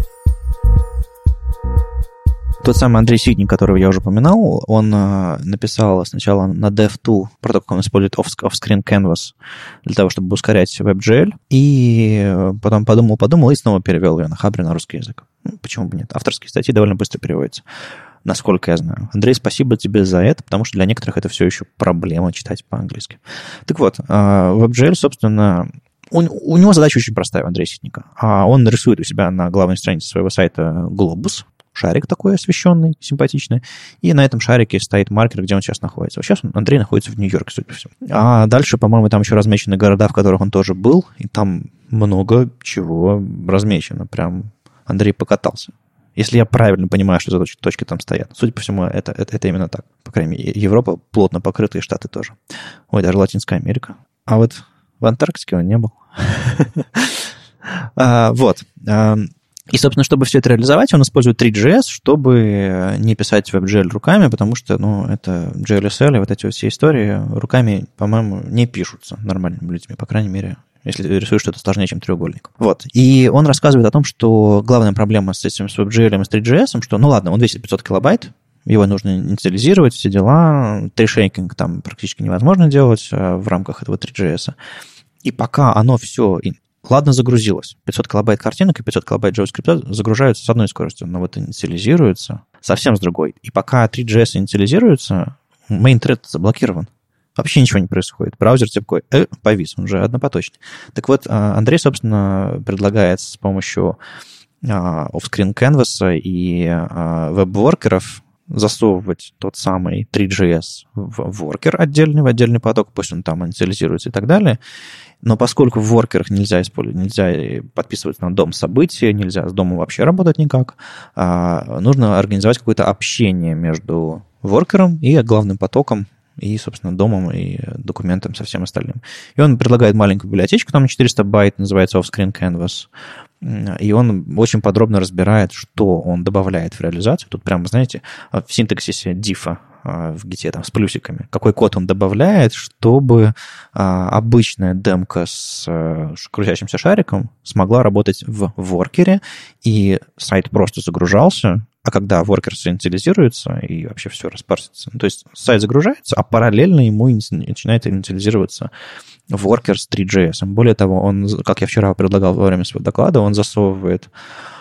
Тот самый Андрей Ситник, которого я уже упоминал, он написал сначала на Dev2 про то, как он использует off-screen canvas для того, чтобы ускорять WebGL, и потом подумал и снова перевел ее на Хабре на русский язык. Почему бы нет? Авторские статьи довольно быстро переводятся, насколько я знаю. Андрей, спасибо тебе за это, потому что для некоторых это все еще проблема читать по-английски. Так вот, WebGL, собственно... У него задача очень простая, у Андрея Ситника. Он рисует у себя на главной странице своего сайта глобус, шарик такой освещенный, симпатичный, и на этом шарике стоит маркер, где он сейчас находится. Вот сейчас Андрей находится в Нью-Йорке, судя по всему. А дальше, по-моему, там еще размечены города, в которых он тоже был, и там много чего размечено. Прям Андрей покатался. Если я правильно понимаю, что за точки там стоят. Судя по всему, это именно так. По крайней мере, Европа плотно покрыта, и Штаты тоже. Ой, даже Латинская Америка. А вот в Антарктике он не был. Вот. И, собственно, чтобы все это реализовать, он использует 3GS, чтобы не писать WebGL руками, потому что, это GLSL и вот эти вот все истории руками, по-моему, не пишутся нормальными людьми, по крайней мере, если рисуешь что-то сложнее, чем треугольник. Вот. И он рассказывает о том, что главная проблема с этим, с WebGL и с 3GS, что, ладно, он весит 500 килобайт, его нужно инициализировать, все дела, трешейкинг там практически невозможно делать в рамках этого 3GS. И пока оно все... Ладно, загрузилось. 500 килобайт картинок и 500 килобайт JavaScript загружаются с одной скоростью, но вот инициализируются совсем с другой. И пока 3GS инициализируется, main thread заблокирован. Вообще ничего не происходит. Браузер такой, повис, он же однопоточный. Так вот, Андрей, собственно, предлагает с помощью off-screen canvas и веб-воркеров засовывать тот самый 3GS в воркер отдельный, в отдельный поток, пусть он там инициализируется и так далее. Но поскольку в воркерах нельзя подписывать на дом события, нельзя с домом вообще работать никак, нужно организовать какое-то общение между воркером и главным потоком, и, собственно, домом, и документом со всем остальным. И он предлагает маленькую библиотечку, там на 400 байт, называется off-screen canvas. и он очень подробно разбирает, что он добавляет в реализацию. Тут прямо, знаете, в синтаксисе diffа в Git там, с плюсиками, какой код он добавляет, чтобы обычная демка с крутящимся шариком смогла работать в воркере, и сайт просто загружался, а когда воркер инициализируется и вообще все распарсится, то есть сайт загружается, а параллельно ему начинает инициализироваться воркер с 3JS. Более того, он, как я вчера предлагал во время своего доклада, он засовывает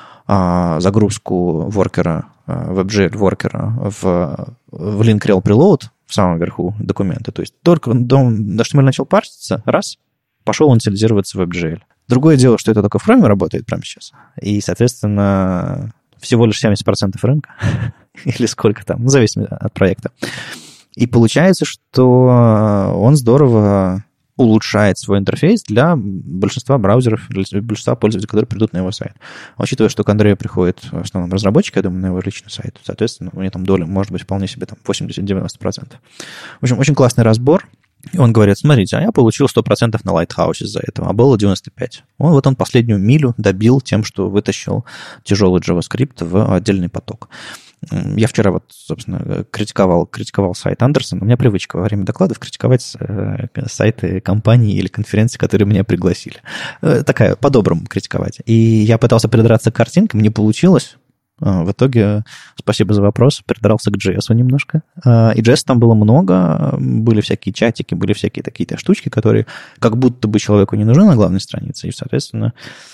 загрузку воркера, WebGL воркера в link rel preload в самом верху документа. То есть только HTML начал парситься, раз, пошел инициализироваться в WebGL. Другое дело, что это только в Chrome работает прямо сейчас. И, соответственно, всего лишь 70% рынка. Или сколько там, зависит от проекта. И получается, что он здорово улучшает свой интерфейс для большинства браузеров, для большинства пользователей, которые придут на его сайт. Учитывая, что к Андрею приходит в основном разработчик, я думаю, на его личный сайт, соответственно, у него там доля может быть вполне себе там 80-90%. В общем, очень классный разбор. И он говорит, смотрите, а я получил 100% на Lighthouse из-за этого, а было 95%. Он последнюю милю добил тем, что вытащил тяжелый JavaScript в отдельный поток. Я вчера собственно, критиковал сайт Андерсон. У меня привычка во время докладов критиковать сайты компаний или конференций, которые меня пригласили. Такая, по-доброму критиковать. И я пытался придраться к картинкам, не получилось. В итоге, спасибо за вопрос, придрался к JS немножко. И JS там было много, были всякие чатики, были всякие такие-то штучки, которые как будто бы человеку не нужны на главной странице, и, соответственно,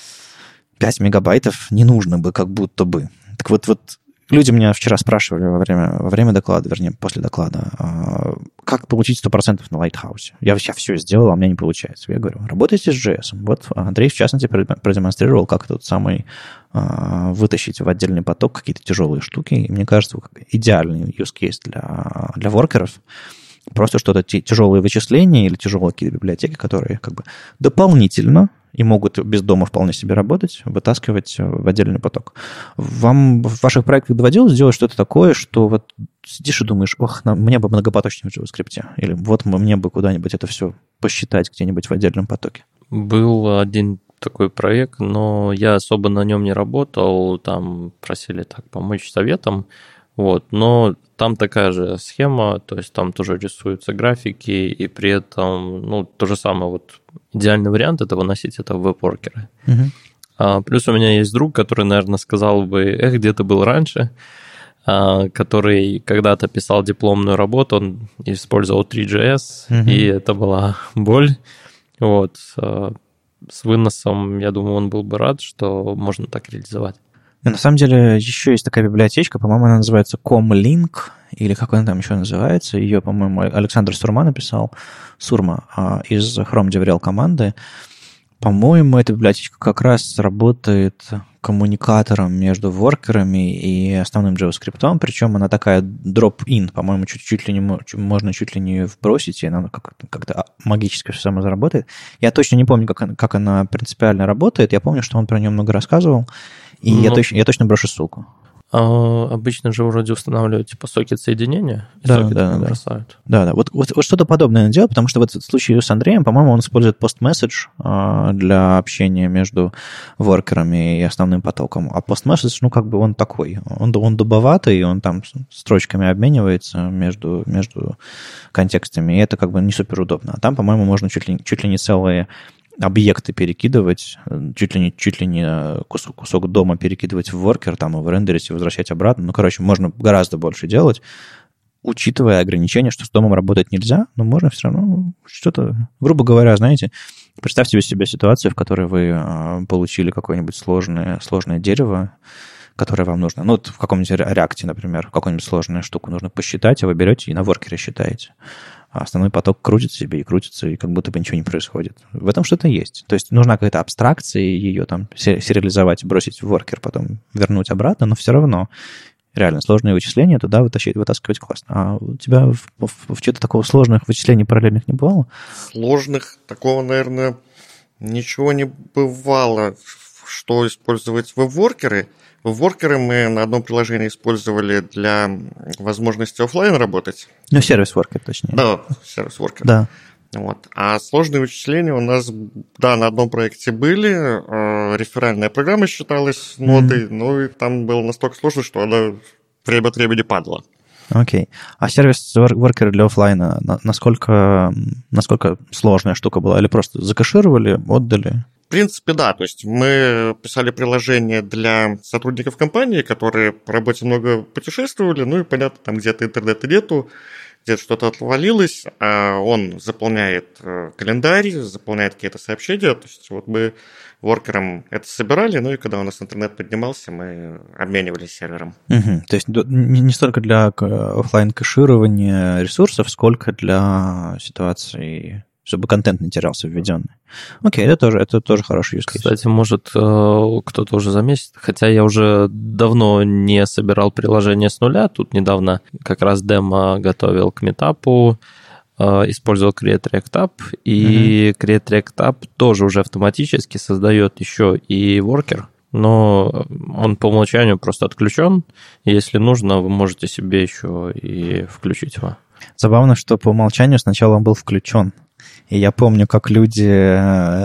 5 мегабайтов не нужно бы, как будто бы. Так вот люди меня вчера спрашивали во время доклада, вернее, после доклада, как получить 100% на Lighthouse. Я все сделал, а у меня не получается. Я говорю, работайте с JS. Вот Андрей, в частности, продемонстрировал, как этот самый вытащить в отдельный поток какие-то тяжелые штуки. И мне кажется, идеальный use case для воркеров. Просто что-то тяжелые вычисления или тяжелые какие-то библиотеки, которые как бы дополнительно и могут без дома вполне себе работать, вытаскивать в отдельный поток. Вам в ваших проектах доводилось сделать что-то такое, что вот сидишь и думаешь, мне бы многопоточнее в JavaScript, или вот мне бы куда-нибудь это все посчитать где-нибудь в отдельном потоке? Был один такой проект, но я особо на нем не работал, там просили так помочь советом, но там такая же схема, то есть там тоже рисуются графики, и при этом, то же самое, идеальный вариант это выносить это в веб-воркеры. Плюс у меня есть друг, который, наверное, сказал бы, где ты был раньше, который когда-то писал дипломную работу, он использовал 3JS, и это была боль. С выносом, я думаю, он был бы рад, что можно так реализовать. На самом деле, еще есть такая библиотечка, по-моему, она называется ComLink, или как она там еще называется. Ее, по-моему, Александр Сурма написал, из Chrome DevRel команды. По-моему, эта библиотечка как раз работает коммуникатором между воркерами и основным JavaScript, причем она такая drop-in, по-моему, можно чуть ли не вбросить, и она как-то магически все само заработает. Я точно не помню, как она принципиально работает, я помню, что он про нее много рассказывал, и я точно брошу ссылку. Обычно же вроде устанавливают сокет соединения, и сокеты бросают. Да. Вот что-то подобное он делает, потому что в случае с Андреем, по-моему, он использует post-message для общения между воркерами и основным потоком. А post-message, он такой, он дубоватый, он там строчками обменивается между контекстами, и это не супер удобно. А там, по-моему, можно чуть ли не целые объекты перекидывать, чуть ли не кусок дома перекидывать в воркер, там его рендерить и возвращать обратно. Можно гораздо больше делать, учитывая ограничения, что с домом работать нельзя, но можно все равно что-то, грубо говоря, знаете, представьте себе ситуацию, в которой вы получили какое-нибудь сложное дерево, которое вам нужно. В каком-нибудь реакте, например, какую-нибудь сложную штуку нужно посчитать, а вы берете и на воркере считаете. А основной поток крутится себе и крутится, и как будто бы ничего не происходит. В этом что-то есть. То есть нужна какая-то абстракция, ее там сериализовать, бросить в воркер, потом вернуть обратно, но все равно реально сложные вычисления туда вытаскивать классно. А у тебя в что-то такого сложных вычислений параллельных не бывало? Сложных такого, наверное, ничего не бывало. Что использовать веб-воркеры? Веб-воркеры мы на одном приложении использовали для возможности офлайн работать. Сервис-воркер, точнее. Да, сервис-воркер. Да. Вот. А сложные вычисления у нас, да, на одном проекте были. Реферальная программа считалась нодой, но и там было настолько сложно, что она время от времени падала. Окей. А сервис-воркеры для офлайна, насколько сложная штука была? Или просто закэшировали, отдали? В принципе, да. То есть мы писали приложение для сотрудников компании, которые по работе много путешествовали, ну и, понятно, там где-то интернета нету, где-то что-то отвалилось, а он заполняет календарь, заполняет какие-то сообщения. То есть вот мы воркерам это собирали, ну и когда у нас интернет поднимался, мы обменивались сервером. Угу. То есть не столько для офлайн-кэширования ресурсов, сколько для ситуации, чтобы контент не терялся введенный. Окей, это тоже хороший use case. Кстати, может, кто-то уже заметит, хотя я уже давно не собирал приложение с нуля, тут недавно как раз демо готовил к митапу, использовал Create React App, и Create React App тоже уже автоматически создает еще и воркер, но он по умолчанию просто отключен, и если нужно, вы можете себе еще и включить его. Забавно, что по умолчанию сначала он был включен. И я помню, как люди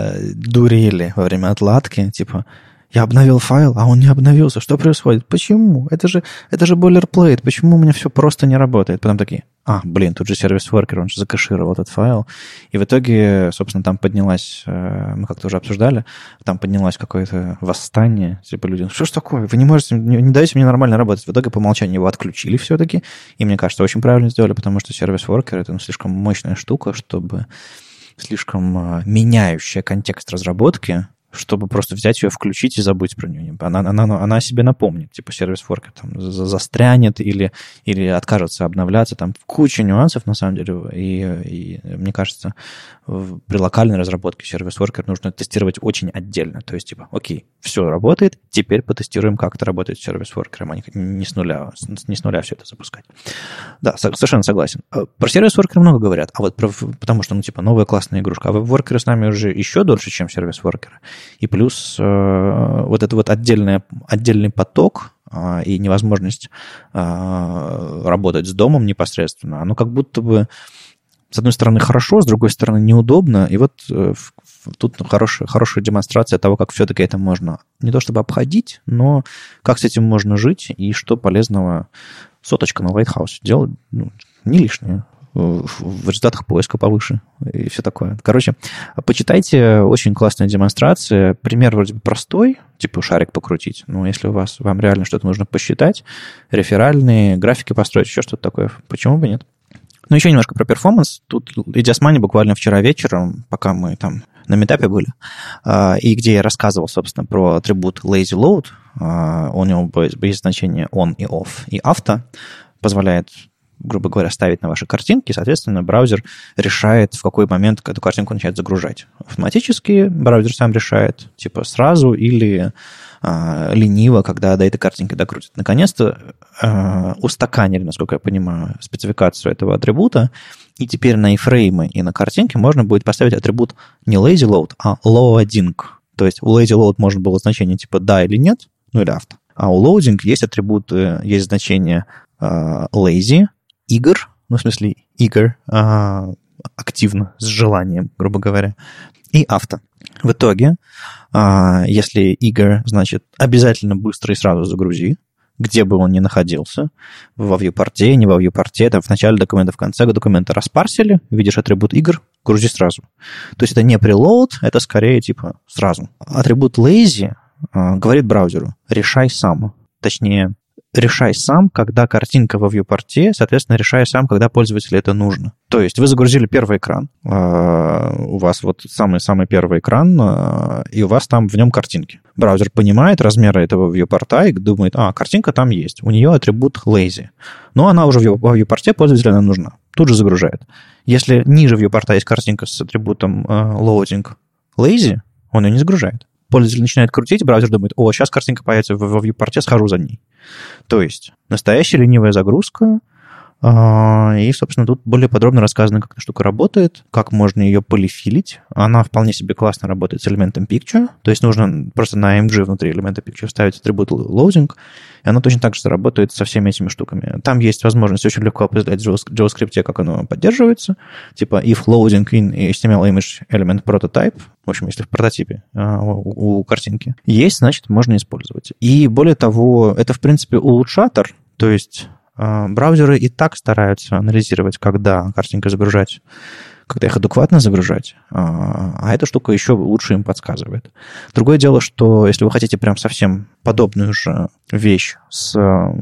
дурели во время отладки, типа, я обновил файл, а он не обновился. Что происходит? Почему? Это же boilerplate. Почему у меня все просто не работает? Потом такие, тут же сервис-воркер, он же закэшировал этот файл. И в итоге, собственно, там поднялась, мы как-то уже обсуждали, там поднялось какое-то восстание. Типа люди, что ж такое? Вы не можете, не даете мне нормально работать. В итоге по умолчанию его отключили все-таки. И мне кажется, очень правильно сделали, потому что сервис-воркер — это слишком мощная штука, чтобы слишком меняющая контекст разработки, чтобы просто взять ее, включить и забыть про нее. Она о себе напомнит. Типа сервис-воркер там застрянет или откажется обновляться. Там куча нюансов, на самом деле. И мне кажется, при локальной разработке сервис-воркер нужно тестировать очень отдельно. То есть, типа, окей, все работает, теперь потестируем, как это работает с сервис-воркером, а не с нуля все это запускать. Да, совершенно согласен. Про сервис-воркер много говорят, а вот потому что, новая классная игрушка. А веб-воркеры с нами уже еще дольше, чем сервис-воркеры. И плюс вот это вот отдельный поток и невозможность работать с домом непосредственно, оно как будто бы, с одной стороны, хорошо, с другой стороны, неудобно. И вот тут хорошая демонстрация того, как все-таки это можно не то чтобы обходить, но как с этим можно жить и что полезного соточка на Lighthouse делать не лишнее. В результатах поиска повыше и все такое. Короче, почитайте, очень классная демонстрация. Пример вроде бы простой, типа шарик покрутить. Но если вам реально что-то нужно посчитать, реферальные, графики построить, еще что-то такое, почему бы нет? Ну, еще немножко про перформанс. Тут Идиас Мани буквально вчера вечером, пока мы там на митапе были, и где я рассказывал, собственно, про атрибут lazy load, у него есть значение on и off, и авто позволяет, грубо говоря, ставить на ваши картинки, соответственно, браузер решает, в какой момент эту картинку начать загружать. Автоматически браузер сам решает, типа сразу или лениво, когда до этой картинки докрутит. Наконец-то устаканили, насколько я понимаю, спецификацию этого атрибута, и теперь на iframe и на картинке можно будет поставить атрибут не lazy load, а loading. То есть у lazy load можно было значение типа да или нет, ну или авто. А у loading есть атрибут, есть значение lazy, игр, в смысле игр, активно, с желанием, грубо говоря, и авто. В итоге, если игр, значит, обязательно быстро и сразу загрузи, где бы он ни находился, во вьюпорте, не во вьюпорте, там в начале документа, в конце документа распарсили, видишь атрибут игр, грузи сразу. То есть это не preload, это скорее типа сразу. Атрибут lazy говорит браузеру, решай сам. Точнее, решай сам, когда картинка во вьюпорте, соответственно, решай сам, когда пользователю это нужно. То есть вы загрузили первый экран, у вас вот самый первый экран, и у вас там в нем картинки. Браузер понимает размеры этого вьюпорта и думает, картинка там есть, у нее атрибут lazy. Но она уже во вьюпорте пользователю она нужна. Тут же загружает. Если ниже вьюпорта есть картинка с атрибутом loading lazy, он ее не загружает. Пользователь начинает крутить, браузер думает, сейчас картинка появится во вьюпорте, схожу за ней. То есть настоящая ленивая загрузка, и, собственно, тут более подробно рассказано, как эта штука работает, как можно ее полифилить. Она вполне себе классно работает с элементом picture, то есть нужно просто на img внутри элемента picture вставить атрибут loading, И оно точно так же работает со всеми этими штуками. Там есть возможность очень легко определять в JavaScript, как оно поддерживается, типа if loading in HTML image element prototype, в общем, если в прототипе у картинки есть, значит, можно использовать. И более того, это, в принципе, улучшатор, то есть браузеры и так стараются анализировать, когда картинка загружать, когда их адекватно загружать, а эта штука еще лучше им подсказывает. Другое дело, что если вы хотите прям совсем подобную же вещь с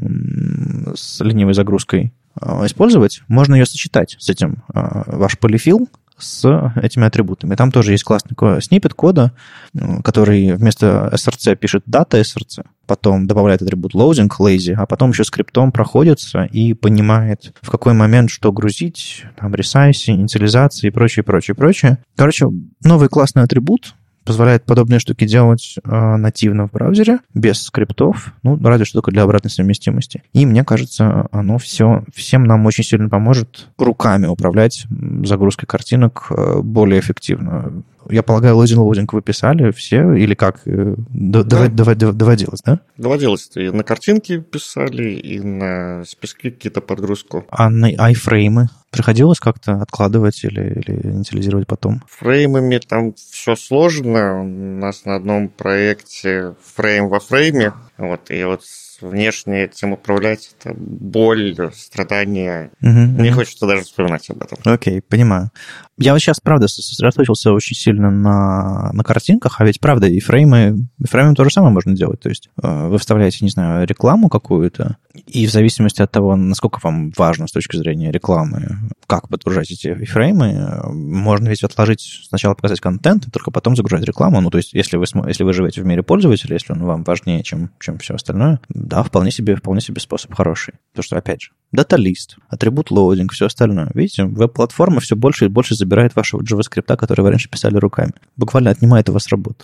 ленивой загрузкой использовать, можно ее сочетать с этим ваш полифил, с этими атрибутами. Там тоже есть классный сниппет кода, который вместо src пишет data src, потом добавляет атрибут loading, lazy, а потом еще скриптом проходится и понимает, в какой момент что грузить, там, ресайси, инициализация и прочее, прочее, прочее. Короче, новый классный атрибут позволяет подобные штуки делать нативно в браузере, без скриптов, ну, разве что только для обратной совместимости. И мне кажется, оно всем нам очень сильно поможет руками управлять загрузкой картинок более эффективно. Я полагаю, лоудинг вы писали все, или как? Доводилось, да? Доводилось. И на картинки писали, и на списки какие-то подгрузку. А на iFrame приходилось как-то откладывать или инициализировать потом? Фреймами там все сложно. У нас на одном проекте фрейм во фрейме. Вот, и вот внешне этим управлять — это боль, страдания. Не хочется даже вспоминать об этом. Окей, понимаю. Я вот сейчас, правда, сосредоточился очень сильно на картинках, а ведь, правда, и фреймом то же самое можно делать. То есть вы вставляете, не знаю, рекламу какую-то, и в зависимости от того, насколько вам важно с точки зрения рекламы, как подгружать эти фреймы, можно ведь отложить, сначала показать контент, и только потом загружать рекламу. Ну, то есть если вы живете в мире пользователя, если он вам важнее, чем все остальное, да, вполне себе способ хороший. Потому что, опять же, дата-лист, атрибут loading, все остальное. Видите, веб-платформа все больше и больше забирает вашего JavaScript, который вы раньше писали руками. Буквально отнимает у вас работу.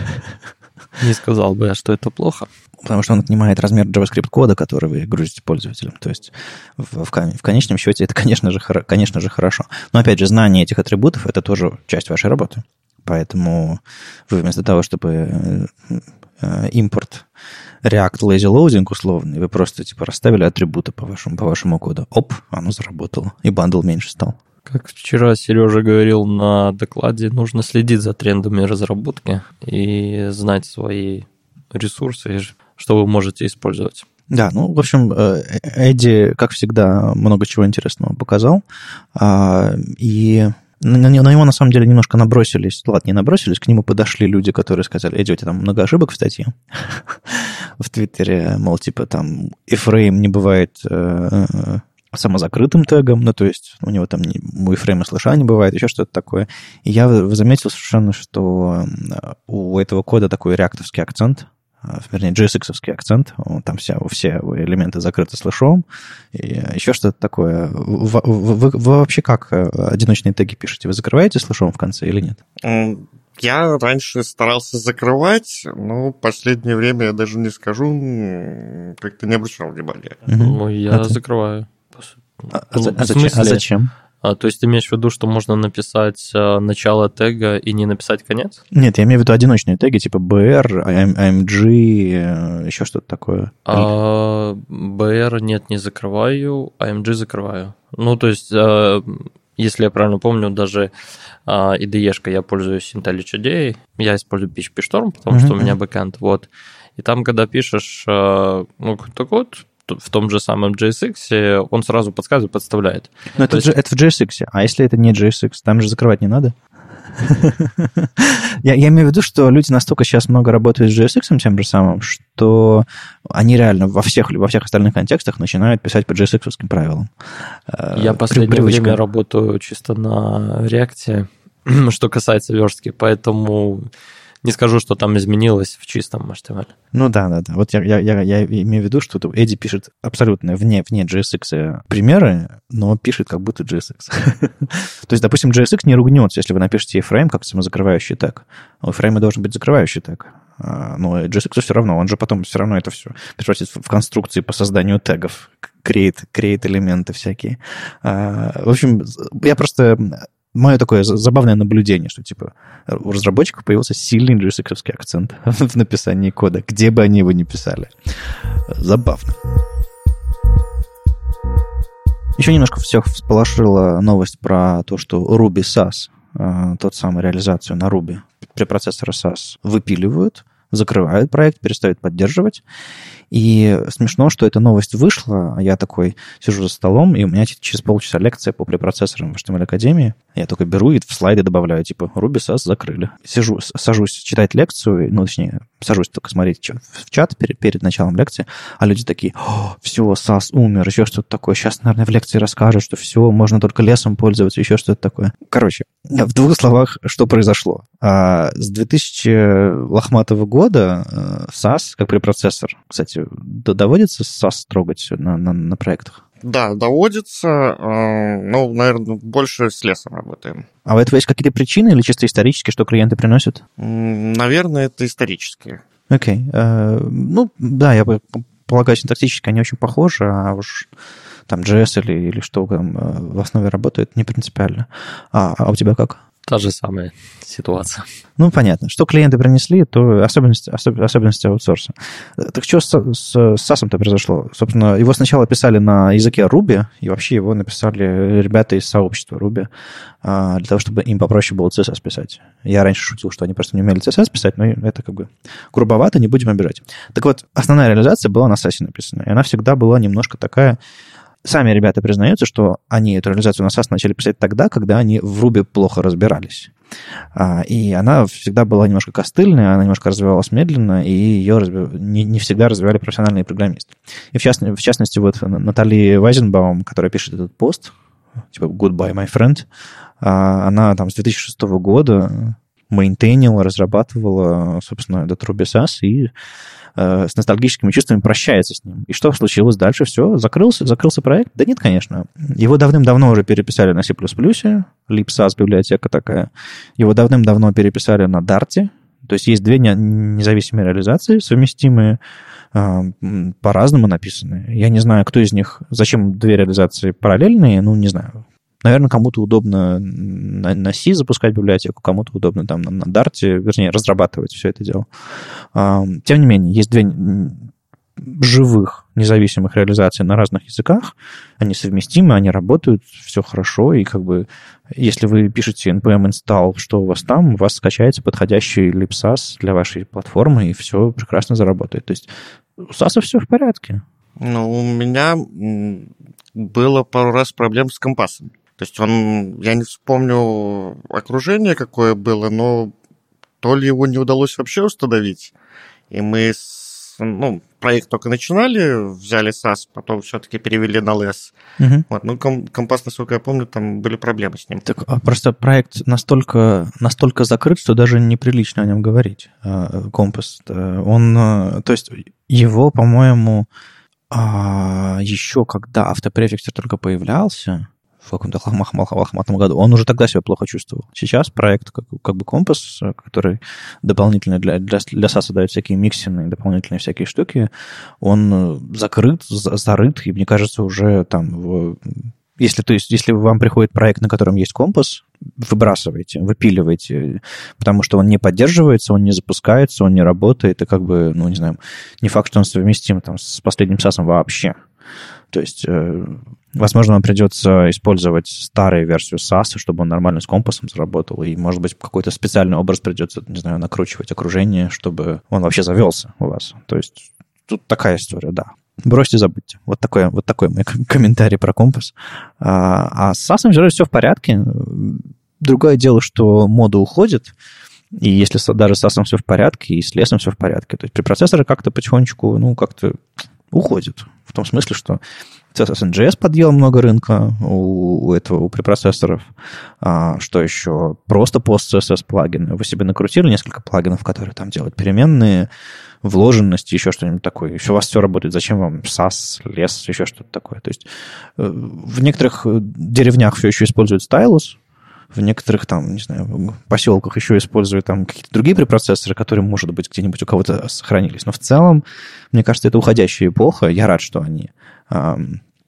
Не сказал бы я, что это плохо. Потому что он отнимает размер JavaScript-кода, который вы грузите пользователям. То есть в конечном счете это, конечно же, хорошо. Но, опять же, знание этих атрибутов – это тоже часть вашей работы. Поэтому вы вместо того, чтобы импорт React Lazy Loading условный, вы просто типа расставили атрибуты по вашему коду. Оп, оно заработало. И бандл меньше стал. Как вчера Сережа говорил на докладе, нужно следить за трендами разработки и знать свои ресурсы, что вы можете использовать. Да, ну, в общем, Эдди, как всегда, много чего интересного показал. И на него, на самом деле, немножко набросились. Ладно, не набросились, к нему подошли люди, которые сказали: Эдди, у тебя там много ошибок в статье в Твиттере, мол, типа там iframe не бывает самозакрытым тегом, ну, то есть у него там у iframe слэша не бывает, еще что-то такое. И я заметил совершенно, что у этого кода такой реактовский акцент, вернее, JSX-овский акцент, там все элементы закрыты слэшом, и еще что-то такое. Вы вообще как одиночные теги пишете? Вы закрываете слэшом в конце или нет? Я раньше старался закрывать, но в последнее время, я даже не скажу, как-то не обращал внимания. Ну, я закрываю. Зачем? То есть ты имеешь в виду, что можно написать начало тега и не написать конец? Нет, я имею в виду одиночные теги, типа BR, AMG, еще что-то такое. BR нет, не закрываю, AMG закрываю. Ну, то есть, если я правильно помню, даже IDE-шкой я пользуюсь IntelliJ IDEA, я использую PHP Storm, потому что у меня бэкэнд, вот. И там, когда пишешь, ну, так вот, в том же самом JSX, он сразу подсказывает, подставляет. Но это в JSX, а если это не JSX, там же закрывать не надо? Я имею в виду, что люди настолько сейчас много работают с JSX тем же самым, что они реально во всех остальных контекстах начинают писать по JSX-овским правилам. Я в последнее время работаю чисто на React, что касается верстки, поэтому не скажу, что там изменилось в чистом HTML. Ну да. Вот я имею в виду, что Эдди пишет абсолютно вне JSX примеры, но пишет как будто JSX. То есть, допустим, JSX не ругнется, если вы напишете iframe как самозакрывающий тег. У iframe должен быть закрывающий тег. Но JSX все равно, он же потом все равно это все превратит в конструкции по созданию тегов, create элементы всякие. В общем, я просто мое такое забавное наблюдение, что, типа, у разработчиков появился сильный JavaScript акцент в написании кода, где бы они его ни писали. Забавно. Еще немножко всех всполошила новость про то, что Ruby SAS, тот самый реализацию на Ruby, препроцессоры SAS выпиливают, закрывают проект, перестают поддерживать. И смешно, что эта новость вышла, а я такой сижу за столом, и у меня через полчаса лекция по препроцессорам в HTML Академии. Я только беру и в слайды добавляю, типа, Ruby SAS закрыли. Сажусь читать лекцию, ну, точнее, сажусь только смотреть в чат перед началом лекции, а люди такие: все, SAS умер, еще что-то такое. Сейчас, наверное, в лекции расскажут, что все, можно только лесом пользоваться, еще что-то такое. Короче, в двух словах, что произошло. С 2000 лохматого года SAS, как препроцессор, кстати, доводится SAS трогать на проектах? Да, доводится. Ну, наверное, больше с лесом работаем. А у этого есть какие-то причины или чисто исторические, что клиенты приносят? Наверное, это исторические. Окей. Ну, да, я полагаю, синтаксически они очень похожи, а уж там JS или что там в основе работает, не принципиально. А у тебя как? Та же самая ситуация. Ну, понятно. Что клиенты принесли, то особенности аутсорса. Так что с SAS-ом-то произошло? Собственно, его сначала писали на языке Ruby, и вообще его написали ребята из сообщества Ruby, для того, чтобы им попроще было CSS писать. Я раньше шутил, что они просто не умели CSS писать, но это как бы грубовато, не будем обижать. Так вот, основная реализация была на SAS написана, и она всегда была немножко такая... Сами ребята признаются, что они эту реализацию на SAS начали писать тогда, когда они в Ruby плохо разбирались. И она всегда была немножко костыльная, она немножко развивалась медленно, и ее не всегда развивали профессиональные программисты. И в частности, вот Натали Вайзенбаум, которая пишет этот пост, типа «Goodbye, my friend», она там с 2006 года мейнтейнила, разрабатывала, собственно, этот Ruby SAS и с ностальгическими чувствами прощается с ним. И что случилось дальше? Все, закрылся проект? Да нет, конечно. Его давным-давно уже переписали на C++, libsas библиотека такая. Его давным-давно переписали на Dart. То есть есть две независимые реализации, совместимые, по-разному написанные. Я не знаю, кто из них... Зачем две реализации параллельные? Ну, не знаю. Наверное, кому-то удобно на C запускать библиотеку, кому-то удобно там на Dart, вернее, разрабатывать все это дело. Тем не менее, есть две живых независимых реализаций на разных языках. Они совместимы, они работают, все хорошо, и как бы если вы пишете npm install, что у вас там, у вас скачается подходящий libsas для вашей платформы, и все прекрасно заработает. То есть у SAS все в порядке. Ну, у меня было пару раз проблем с компасом. То есть я не вспомню окружение, какое было, но то ли его не удалось вообще установить, и мы, проект только начинали, взяли SAS, потом все-таки перевели на LS. Угу. Вот, ну, компас, насколько я помню, там были проблемы с ним. Так, просто проект настолько закрыт, что даже неприлично о нем говорить. Компас, то есть его, по-моему, еще когда автопрефиксер только появлялся, в каком-то лохматом году, он уже тогда себя плохо чувствовал. Сейчас проект как бы компас, который дополнительно для SAS дает всякие миксины, дополнительные всякие штуки, он закрыт, зарыт, и мне кажется, уже там... Если вам приходит проект, на котором есть компас, выбрасывайте, выпиливайте, потому что он не поддерживается, он не запускается, он не работает, и как бы, не знаю, не факт, что он совместим там с последним SAS вообще. То есть, возможно, вам придется использовать старую версию SAS, чтобы он нормально с компасом заработал, и, может быть, какой-то специальный образ придется, не знаю, накручивать окружение, чтобы он вообще завелся у вас. То есть, тут такая история, да. Бросьте, забудьте. Вот такой мой комментарий про компас. А с SAS все в порядке. Другое дело, что мода уходит, и если даже с SAS все в порядке, и с лесом все в порядке, то есть препроцессоры как-то потихонечку, как-то уходят. В том смысле, что CSS NGS подъел много рынка у препроцессоров. Что еще? Просто пост-CSS плагины. Вы себе накрутили несколько плагинов, которые там делают переменные, вложенности, еще что-нибудь такое. Еще у вас все работает. Зачем вам SAS, лес, еще что-то такое? То есть в некоторых деревнях все еще используют стайлус, в некоторых там, не знаю, поселках еще используют там какие-то другие препроцессоры, которые, может быть, где-нибудь у кого-то сохранились. Но в целом, мне кажется, это уходящая эпоха. Я рад, что они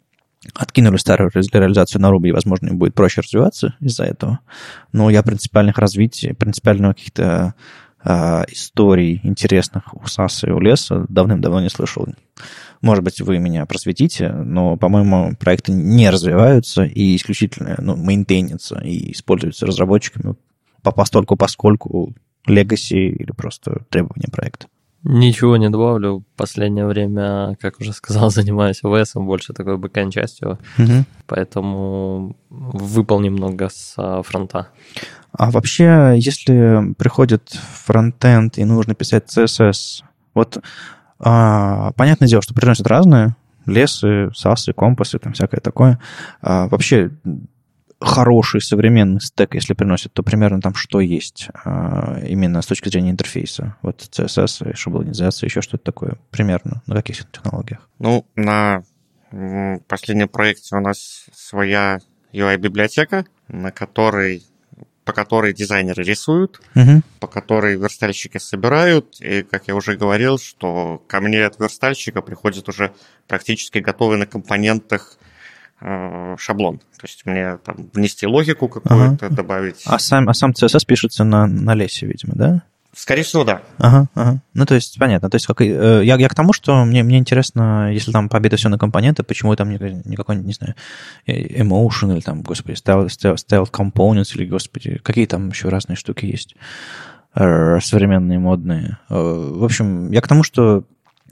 откинули старую реализацию на Ruby, и, возможно, им будет проще развиваться из-за этого. Но я принципиального каких-то историй интересных у SAS и у Леса давным-давно не слышал. Может быть, вы меня просветите, но, по-моему, проекты не развиваются и исключительно мейнтейнятся и используются разработчиками поскольку legacy или просто требования проекта. Ничего не добавлю. В последнее время, как уже сказал, занимаюсь ОВС, больше такой бэкэнд-частью, поэтому выполним много с фронта. А вообще, если приходит фронтенд и нужно писать CSS, вот понятное дело, что приносят разные лесы, сасы, компасы, там всякое такое. Вообще, хороший современный стек, если приносят, то примерно там что есть именно с точки зрения интерфейса. Вот CSS, шаблонизация, еще что-то такое. Примерно на каких технологиях? На последнем проекте у нас своя UI-библиотека, по которой дизайнеры рисуют, по которой верстальщики собирают. И, как я уже говорил, что ко мне от верстальщика приходит уже практически готовый на компонентах шаблон. То есть мне там внести логику какую-то, добавить. А сам CSS пишется на лесе, видимо, да? Скорее всего, да. Ага. Ну, то есть, понятно. То есть, я к тому, что мне интересно, если там побито все на компоненты, почему там никакой, не знаю, emotion или там, господи, style components или, господи, какие там еще разные штуки есть, современные, модные. В общем, я к тому, что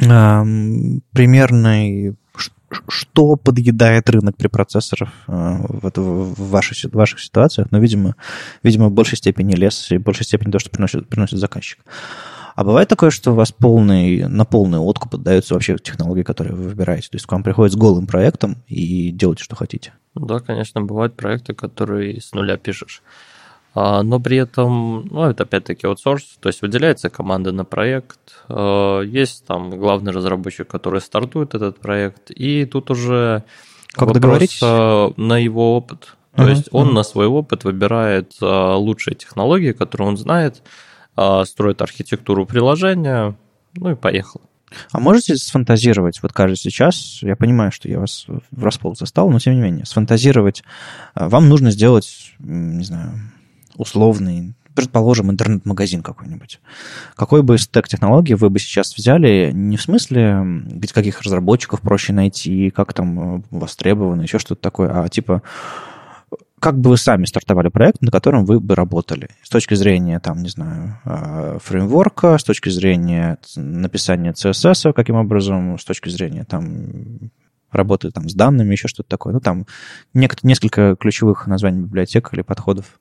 примерный, что подъедает рынок препроцессоров в ваших ситуациях, но, видимо, в большей степени лес и в большей степени то, что приносит заказчик. А бывает такое, что у вас на полный откуп отдаются вообще технологии, которые вы выбираете? То есть к вам приходят с голым проектом и делаете, что хотите? Да, конечно, бывают проекты, которые с нуля пишешь. Но при этом, это опять-таки аутсорс, то есть выделяется команда на проект, есть там главный разработчик, который стартует этот проект, и тут уже вопрос на его опыт. То есть он на свой опыт выбирает лучшие технологии, которые он знает, строит архитектуру приложения, и поехал. А можете сфантазировать, вот кажется сейчас, я понимаю, что я вас врасплох застал, но тем не менее, сфантазировать, вам нужно сделать, не знаю, условный, предположим, интернет-магазин какой-нибудь. Какой бы стек технологий вы бы сейчас взяли, не в смысле, ведь каких разработчиков проще найти, как там востребовано, еще что-то такое, а типа, как бы вы сами стартовали проект, на котором вы бы работали? С точки зрения, там, не знаю, фреймворка, с точки зрения написания CSS, каким образом, с точки зрения, там, работы там с данными, еще что-то такое. Там несколько ключевых названий библиотек или подходов.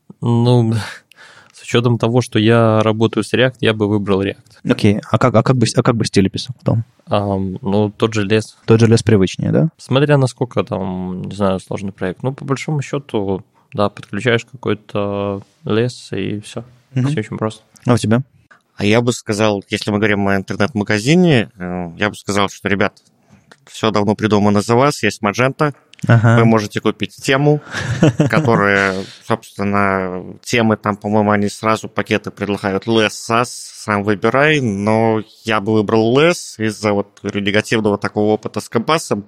С учетом того, что я работаю с React, я бы выбрал React. Окей. А как бы стиль писал потом? Тот же лес. Тот же лес привычнее, да? Смотря насколько там, не знаю, сложный проект. По большому счету, да, подключаешь какой-то лес и все. Все очень просто. А у тебя? А я бы сказал, если мы говорим о интернет-магазине, я бы сказал, что, ребят, все давно придумано за вас, есть Magento. Вы можете купить тему, которая, собственно, темы там, по-моему, они сразу пакеты предлагают less SAS, сам выбирай, но я бы выбрал less из-за негативного такого опыта с компасом,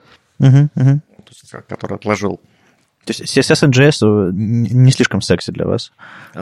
который отложил. То есть CSS и JS не слишком секси для вас?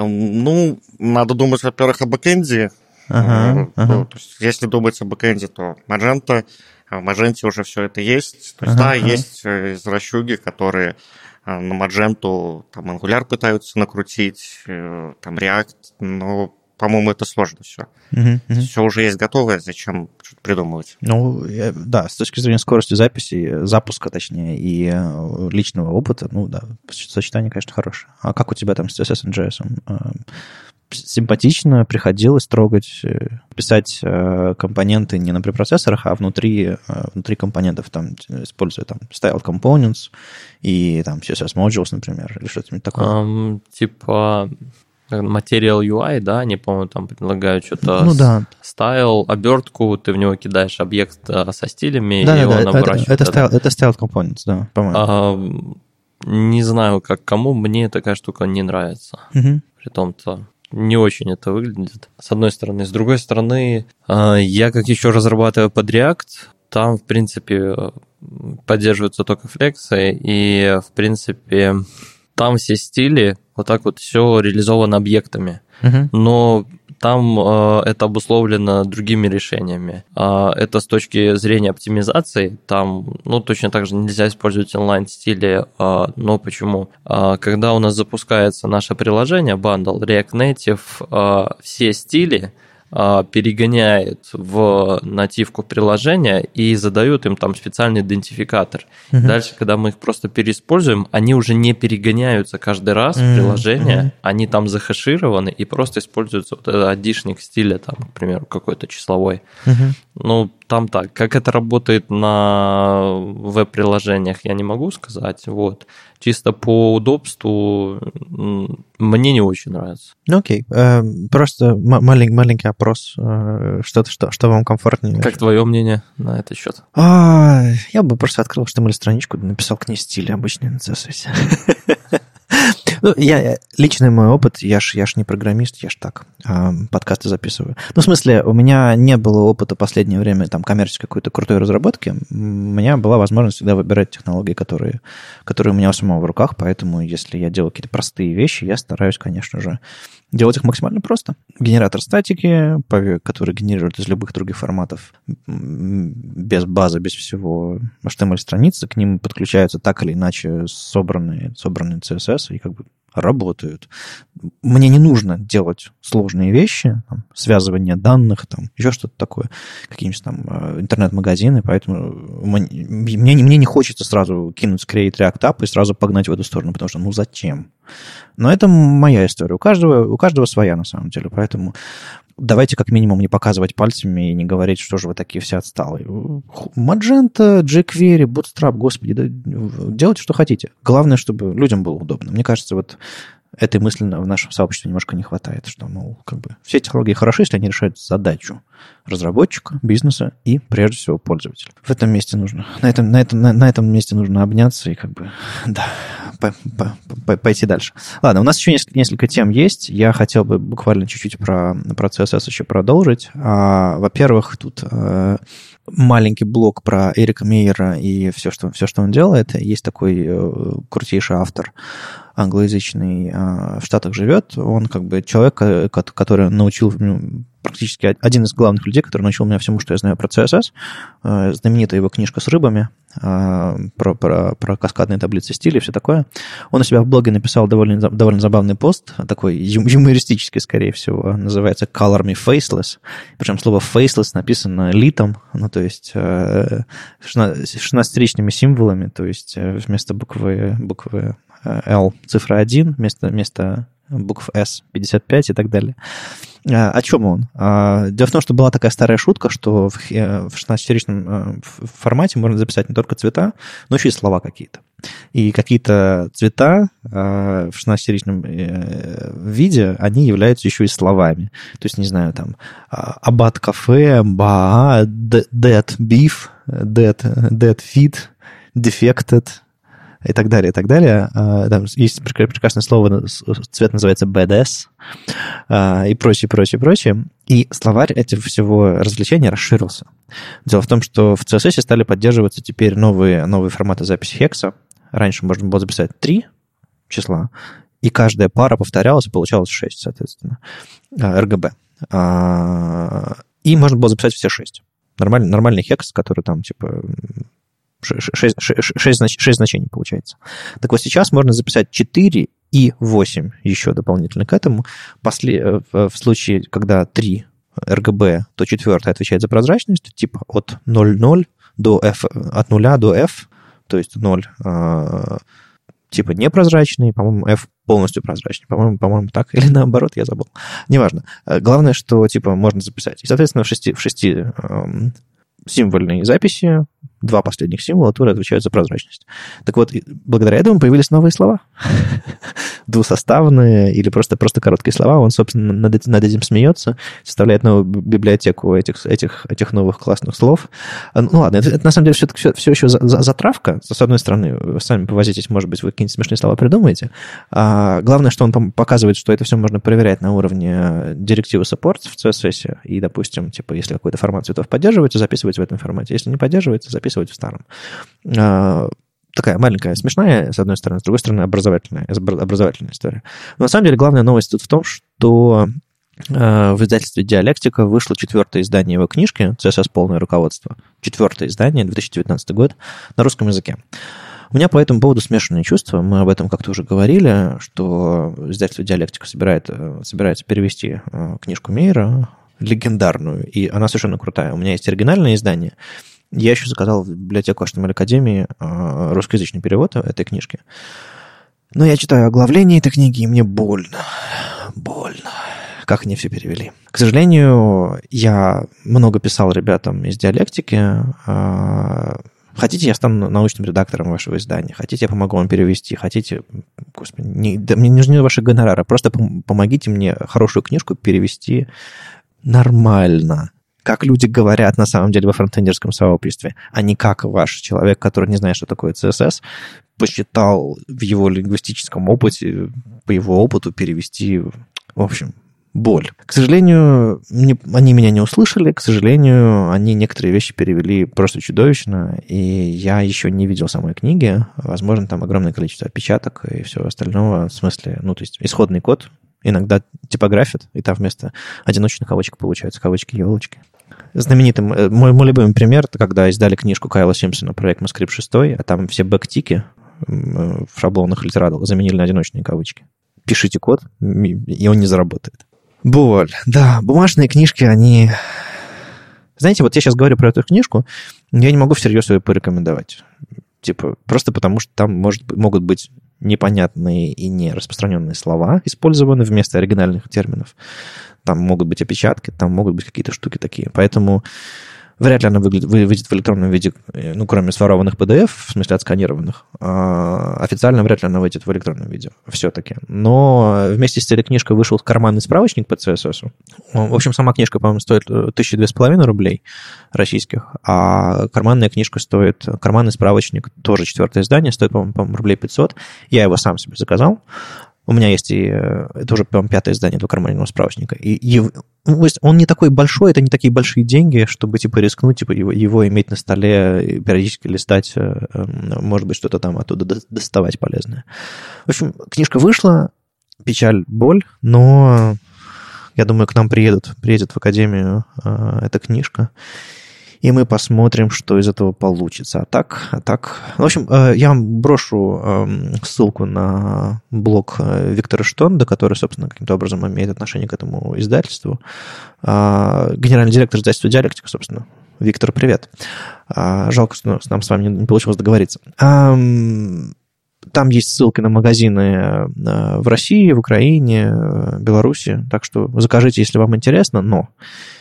Надо думать, во-первых, о бэкэнде. То есть, если думать о бэкэнде, то Magento. А в Magento уже все это есть. То есть, есть извращуги, которые на Magento там Angular пытаются накрутить, там React, но, по-моему, это сложно все. Все уже есть готовое, зачем что-то придумывать? Да, с точки зрения скорости записи, запуска, точнее, и личного опыта, сочетание, конечно, хорошее. А как у тебя там с CSS и JS? Симпатично приходилось трогать, писать компоненты не на препроцессорах, а внутри компонентов, там, используя там style components и там CSS modules, например, или что-то такое. Типа Material UI, да, они, по-моему, там предлагают что-то style, обертку, ты в него кидаешь объект со стилями, и он оборачивает. Это style components, да, по-моему. Не знаю, как кому, мне такая штука не нравится. При том-то не очень это выглядит, с одной стороны. С другой стороны, я как еще разрабатываю под React, Там, в принципе, поддерживаются только флексы, и, в принципе, там все стили, вот так вот все реализовано объектами. Но там это обусловлено другими решениями. Это с точки зрения оптимизации. Там, точно так же нельзя использовать онлайн-стили. Но почему? Когда у нас запускается наше приложение, Bundle, React Native, все стили перегоняет в нативку приложения и задают им там специальный идентификатор. Дальше, когда мы их просто переиспользуем, они уже не перегоняются каждый раз в приложение, они там захэшированы и просто используется вот этот аддишник стиля, там, к примеру, какой-то числовой. Там так. Как это работает на веб-приложениях, я не могу сказать. Вот. Чисто по удобству мне не очень нравится. Окей. Просто маленький опрос. Что вам комфортнее? Как твое мнение на этот счет? Я бы просто открыл HTML-страничку, написал к ней стили обычные на CSS. Личный мой опыт, я ж не программист, я ж так подкасты записываю. В смысле, у меня не было опыта в последнее время там коммерческой какой-то крутой разработки. У меня была возможность всегда выбирать технологии, которые у меня у самого в руках, поэтому если я делаю какие-то простые вещи, я стараюсь, конечно же, делать их максимально просто. Генератор статики, который генерирует из любых других форматов, без базы, без всего HTML-страницы, к ним подключаются так или иначе собранные CSS и как бы работают. Мне не нужно делать сложные вещи, там, связывание данных, там, еще что-то такое, какие-нибудь там интернет-магазины, поэтому мне не хочется сразу кинуть Create React App и сразу погнать в эту сторону, потому что зачем? Но это моя история. У каждого своя, на самом деле, поэтому давайте как минимум не показывать пальцами и не говорить, что же вы такие все отсталые. Magento, jQuery, Bootstrap, господи, делайте, что хотите. Главное, чтобы людям было удобно. Мне кажется, вот этой мысли в нашем сообществе немножко не хватает, что, все технологии хороши, если они решают задачу разработчика, бизнеса и, прежде всего, пользователя. В этом месте нужно, на этом месте нужно обняться и пойти дальше. Ладно, у нас еще несколько тем есть. Я хотел бы буквально чуть-чуть про CSS еще продолжить. Во-первых, тут маленький блог про Эрика Мейера и все, что он делает. Есть такой крутейший автор англоязычный, в Штатах живет. Он как бы человек, который научил, практически один из главных людей, который научил меня всему, что я знаю про CSS. Знаменитая его книжка с рыбами, про каскадные таблицы стиля и все такое. Он у себя в блоге написал довольно забавный пост, такой юмористический, скорее всего, называется «Color me faceless». Причем слово «faceless» написано литом, то есть 16-ричными символами, то есть вместо буквы L цифра 1, вместо букв S 55 и так далее. О чем он? Дело в том, что была такая старая шутка, что в 16-ричном формате можно записать не только цвета, но еще и слова какие-то. И какие-то цвета в 16-ричном виде, они являются еще и словами. То есть, не знаю, там, абат кафе, баа, dead beef, dead feet, defected, и так далее, и так далее. Там есть прекрасное слово, цвет называется BDS, и прочее. И словарь этих всего развлечений расширился. Дело в том, что в CSS стали поддерживаться теперь новые форматы записи хекса. Раньше можно было записать 3 числа, и каждая пара повторялась, и получалось 6, соответственно, RGB. И можно было записать все 6. Нормальный хекс, который там, 6 значений получается. Так вот, сейчас можно записать 4 и 8 еще дополнительно к этому. В случае, когда 3 RGB, то 4 отвечает за прозрачность, типа от 0,0 до F, от 0 до F, то есть 0 типа непрозрачный, по-моему, F полностью прозрачный. По-моему, так, или наоборот, я забыл. Неважно. Главное, что можно записать. И, соответственно, в 6 символьной записи 2 последних символа, которые отвечают за прозрачность. Так вот, благодаря этому появились новые слова. двусоставные или просто короткие слова. Он, собственно, над этим смеется, составляет новую библиотеку этих новых классных слов. Ну ладно, это на самом деле все еще затравка. С одной стороны, вы сами повозитесь, может быть, вы какие-нибудь смешные слова придумаете. А главное, что он показывает, что это все можно проверять на уровне директивы support в CSS, и, допустим, типа, если какой-то формат цветов поддерживается, записывать в этом формате. Если не поддерживается, записывать в старом. Такая маленькая, смешная, с одной стороны, с другой стороны, образовательная история. Но на самом деле главная новость тут в том, что в издательстве «Диалектика» вышло 4-е издание его книжки «CSS. Полное руководство». 4-е издание, 2019 год, на русском языке. У меня по этому поводу смешанные чувства. Мы об этом как-то уже говорили, что издательство «Диалектика» собирается перевести книжку Мейера, легендарную, и она совершенно крутая. У меня есть оригинальное издание. Я еще заказал в библиотеку HTML Академии русскоязычный перевод этой книжки. Но я читаю оглавление этой книги, и мне больно. Как они все перевели. К сожалению, я много писал ребятам из «Диалектики». Хотите, я стану научным редактором вашего издания? Хотите, я помогу вам перевести? Хотите... Господи, мне не нужны ваши гонорары. Просто помогите мне хорошую книжку перевести нормально. Как люди говорят на самом деле во фронтендерском сообществе, а не как ваш человек, который не знает, что такое CSS, посчитал в его лингвистическом опыте, по его опыту перевести, в общем, боль. К сожалению, они меня не услышали, к сожалению, они некоторые вещи перевели просто чудовищно, и я еще не видел самой книги. Возможно, там огромное количество опечаток и всего остального, в смысле, то есть исходный код иногда типографят, и там вместо одиночных кавычек получаются кавычки-елочки. Знаменитым, мой любимый пример, это когда издали книжку Кайла Симпсона «Проект Москрип 6», а там все бэктики в шаблонах литературы заменили на одиночные кавычки. Пишите код, и он не заработает. Боль. Да, бумажные книжки, они... Знаете, вот я сейчас говорю про эту книжку, я не могу всерьез ее порекомендовать. Типа, просто потому что там могут быть непонятные и нераспространенные слова использованы вместо оригинальных терминов. Там могут быть опечатки, там могут быть какие-то штуки такие. Поэтому вряд ли она выйдет в электронном виде, кроме сворованных PDF, в смысле отсканированных. Официально вряд ли она выйдет в электронном виде все-таки. Но вместе с телекнижкой вышел карманный справочник по CSS. В общем, сама книжка, по-моему, стоит 1500 рублей российских, а карманная книжка стоит... Карманный справочник, тоже 4-е издание, стоит, по-моему, рублей 500. Я его сам себе заказал. У меня есть это уже, по-моему, 5-е издание этого карманного справочника. И он не такой большой, это не такие большие деньги, чтобы, рискнуть, его иметь на столе, периодически листать, может быть, что-то там оттуда доставать полезное. В общем, книжка вышла, печаль, боль, но я думаю, к нам приедет в Академию эта книжка, и мы посмотрим, что из этого получится. А так... В общем, я вам брошу ссылку на блог Виктора Штонда, который, собственно, каким-то образом имеет отношение к этому издательству. Генеральный директор издательства «Диалектика», собственно. Виктор, привет. Жалко, что нам с вами не получилось договориться. Там есть ссылки на магазины в России, в Украине, Беларуси. Так что закажите, если вам интересно, но...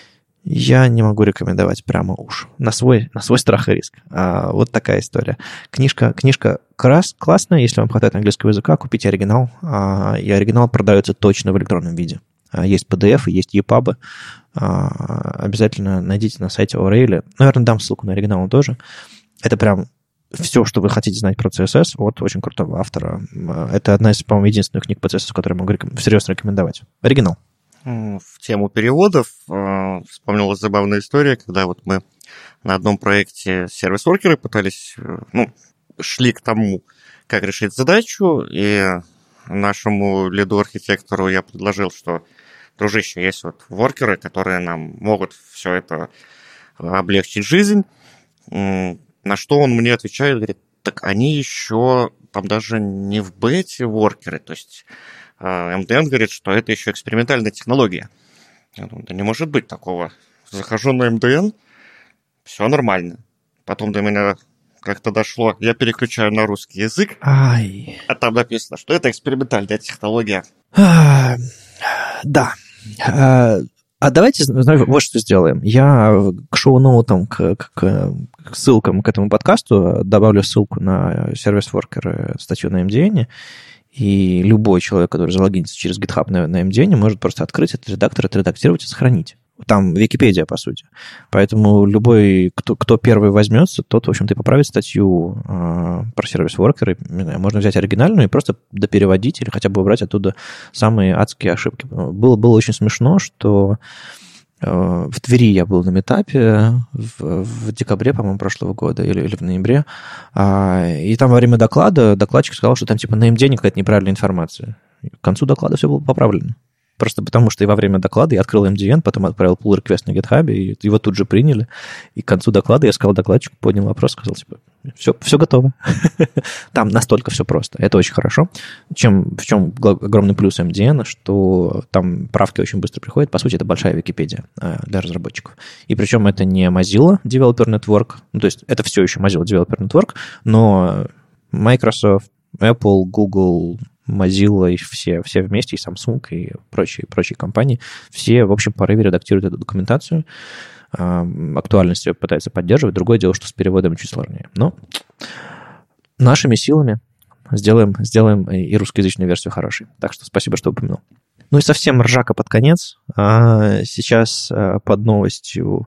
Я не могу рекомендовать прямо уж. На свой страх и риск. Вот такая история. Книжка классная, если вам хватает английского языка, купите оригинал. И оригинал продается точно в электронном виде. Есть PDF, есть EPUB. Обязательно найдите на сайте O'Reilly. Наверное, дам ссылку на оригинал тоже. Это прям все, что вы хотите знать про CSS, от очень крутого автора. Это одна из, по-моему, единственных книг по CSS, которую я могу всерьез рекомендовать. Оригинал. В тему переводов вспомнилась забавная история, когда вот мы на одном проекте сервис-воркеры пытались, шли к тому, как решить задачу, и нашему лиду-архитектору я предложил, что, дружище, есть вот воркеры, которые нам могут все это облегчить жизнь, на что он мне отвечает, говорит, так они еще там даже не в бете воркеры, то есть... МДН говорит, что это еще экспериментальная технология. Я думаю, да не может быть такого. Захожу на МДН, все нормально. Потом до меня как-то дошло, я переключаю на русский язык, а там написано, что это экспериментальная технология. Да. А давайте вот что сделаем. Я к шоу-ноутам, к ссылкам к этому подкасту добавлю ссылку на сервис-воркеры, статью на MDN, И любой человек, который залогинится через GitHub на MDN, может просто открыть этот редактор, отредактировать и сохранить. Там Википедия, по сути. Поэтому любой, кто первый возьмется, тот, в общем-то, и поправит статью про сервис-воркеры. Можно взять оригинальную и просто допереводить или хотя бы убрать оттуда самые адские ошибки. Было очень смешно, что в Твери я был на митапе в декабре, по-моему, прошлого года или в ноябре, и там во время доклада докладчик сказал, что там типа на MDN какая-то неправильная информация. И к концу доклада все было поправлено. Просто потому, что и во время доклада я открыл MDN, потом отправил pull-request на GitHub, и его тут же приняли. И к концу доклада я сказал докладчику, поднял вопрос, сказал, типа, все готово. Там настолько все просто. Это очень хорошо. В чем огромный плюс MDN, что там правки очень быстро приходят. По сути, это большая Википедия для разработчиков. И причем это не Mozilla Developer Network, то есть это все еще Mozilla Developer Network, но Microsoft, Apple, Google, Mozilla и все вместе, и Samsung, и прочие компании, все в общем порыве редактируют эту документацию, актуальность ее пытаются поддерживать. Другое дело, что с переводом чуть сложнее. Но нашими силами сделаем и русскоязычную версию хорошей. Так что спасибо, что упомянул. Ну и совсем ржака под конец. Сейчас под новостью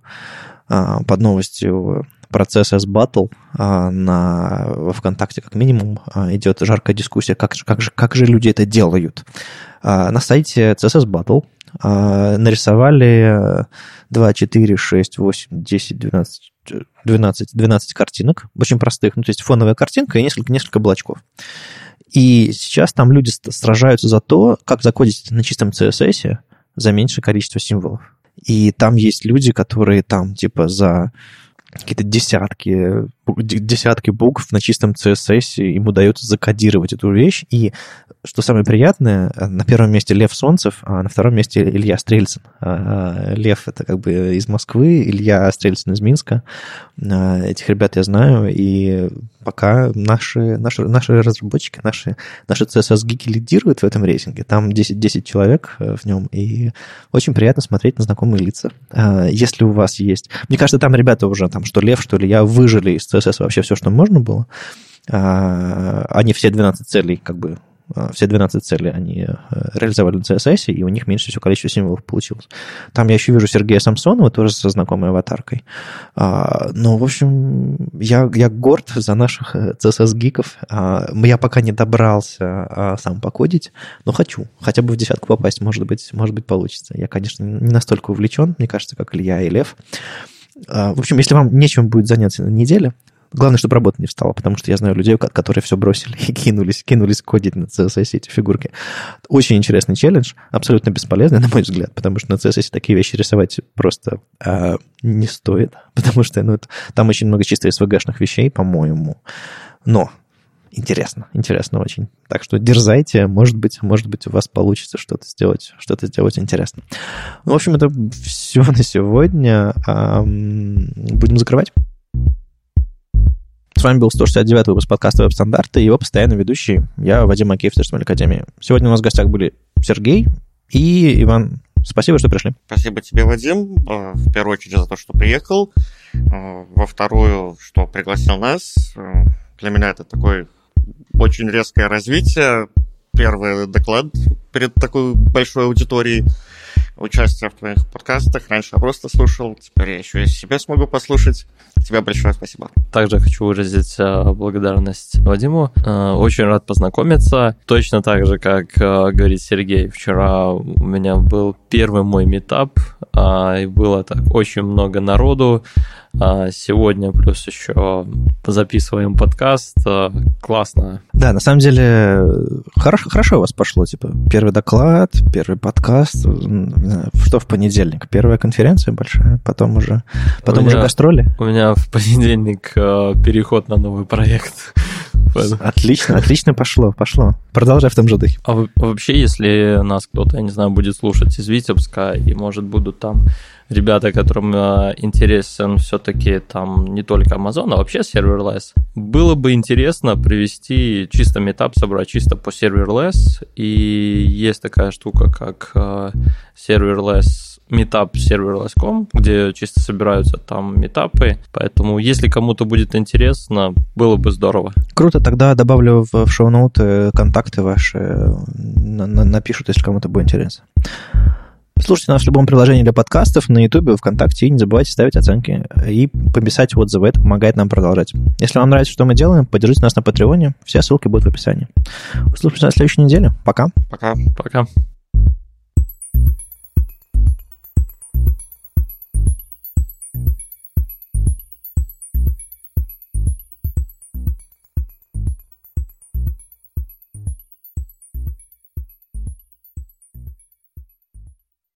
процесс S-Battle во ВКонтакте как минимум идет жаркая дискуссия, как же люди это делают. На сайте CSS Battle нарисовали 2, 4, 6, 8, 10, 12 картинок, очень простых, то есть фоновая картинка и несколько блочков. И сейчас там люди сражаются за то, как закодить на чистом CSS за меньшее количество символов. И там есть люди, которые там типа за какие-то десятки букв на чистом CSS, им удается закодировать эту вещь. И, что самое приятное, на первом месте Лев Солнцев, а на втором месте Илья Стрельцин. Лев — это как бы из Москвы, Илья Стрельцин из Минска. Этих ребят я знаю, и пока наши разработчики, наши CSS-гики лидируют в этом рейтинге. Там 10 человек в нем, и очень приятно смотреть на знакомые лица. Если у вас есть... Мне кажется, там ребята уже, там, что Лев, что Илья, выжили из CSS вообще все, что можно было. Они все 12 целей, все 12 целей они реализовали на CSS, и у них меньше всего количество символов получилось. Там я еще вижу Сергея Самсонова, тоже со знакомой аватаркой. Но, в общем, я горд за наших CSS-гиков. Я пока не добрался сам покодить, но хочу. Хотя бы в десятку попасть, может быть, получится. Я, конечно, не настолько увлечен, мне кажется, как Илья и Лев. В общем, если вам нечем будет заняться на неделе, главное, чтобы работа не встала, потому что я знаю людей, которые все бросили и кинулись кодить на CSS эти фигурки. Очень интересный челлендж, абсолютно бесполезный, на мой взгляд, потому что на CSS такие вещи рисовать просто не стоит, потому что там очень много чисто SVG-шных вещей, по-моему. Но интересно очень. Так что дерзайте, может быть, у вас получится что-то сделать интересно. Ну, в общем, это все на сегодня. Будем закрывать. С вами был 169-й выпуск подкаста «Веб-стандарты» и его постоянный ведущий, я, Вадим Макеев, из HTML Академии. Сегодня у нас в гостях были Сергей и Иван. Спасибо, что пришли. Спасибо тебе, Вадим, в первую очередь за то, что приехал, во вторую, что пригласил нас. Для меня это такое очень резкое развитие. Первый доклад перед такой большой аудиторией. Участие в твоих подкастах. Раньше я просто слушал, теперь я еще и себя смогу послушать. Тебе большое спасибо. Также хочу выразить благодарность Вадиму. Очень рад познакомиться. Точно так же, как говорит Сергей, вчера у меня был первый мой митап, и было так очень много народу. Сегодня плюс еще записываем подкаст. Классно. Да, на самом деле хорошо у вас пошло. Типа первый доклад, первый подкаст. Что в понедельник? Первая конференция большая, потом уже гастроли. У меня в понедельник переход на новый проект. Отлично пошло. Продолжай в том же духе. А вообще, если нас кто-то, я не знаю, будет слушать из Витебска, и, может, будут там ребята, которым интересен все-таки там не только Amazon, а вообще serverless, было бы интересно провести чисто митап, собрать чисто по serverless, и есть такая штука, как serverless meetup serverless.com, где чисто собираются там митапы. Поэтому, если кому-то будет интересно, было бы здорово. Круто, тогда добавлю в шоу-ноуты контакты ваши, напишут, если кому-то будет интересно. Слушайте нас в любом приложении для подкастов, на YouTube, ВКонтакте, и не забывайте ставить оценки и пописать отзывы, это помогает нам продолжать. Если вам нравится, что мы делаем, поддержите нас на Патреоне, все ссылки будут в описании. Услышимся на следующей неделе. Пока. Пока. Пока.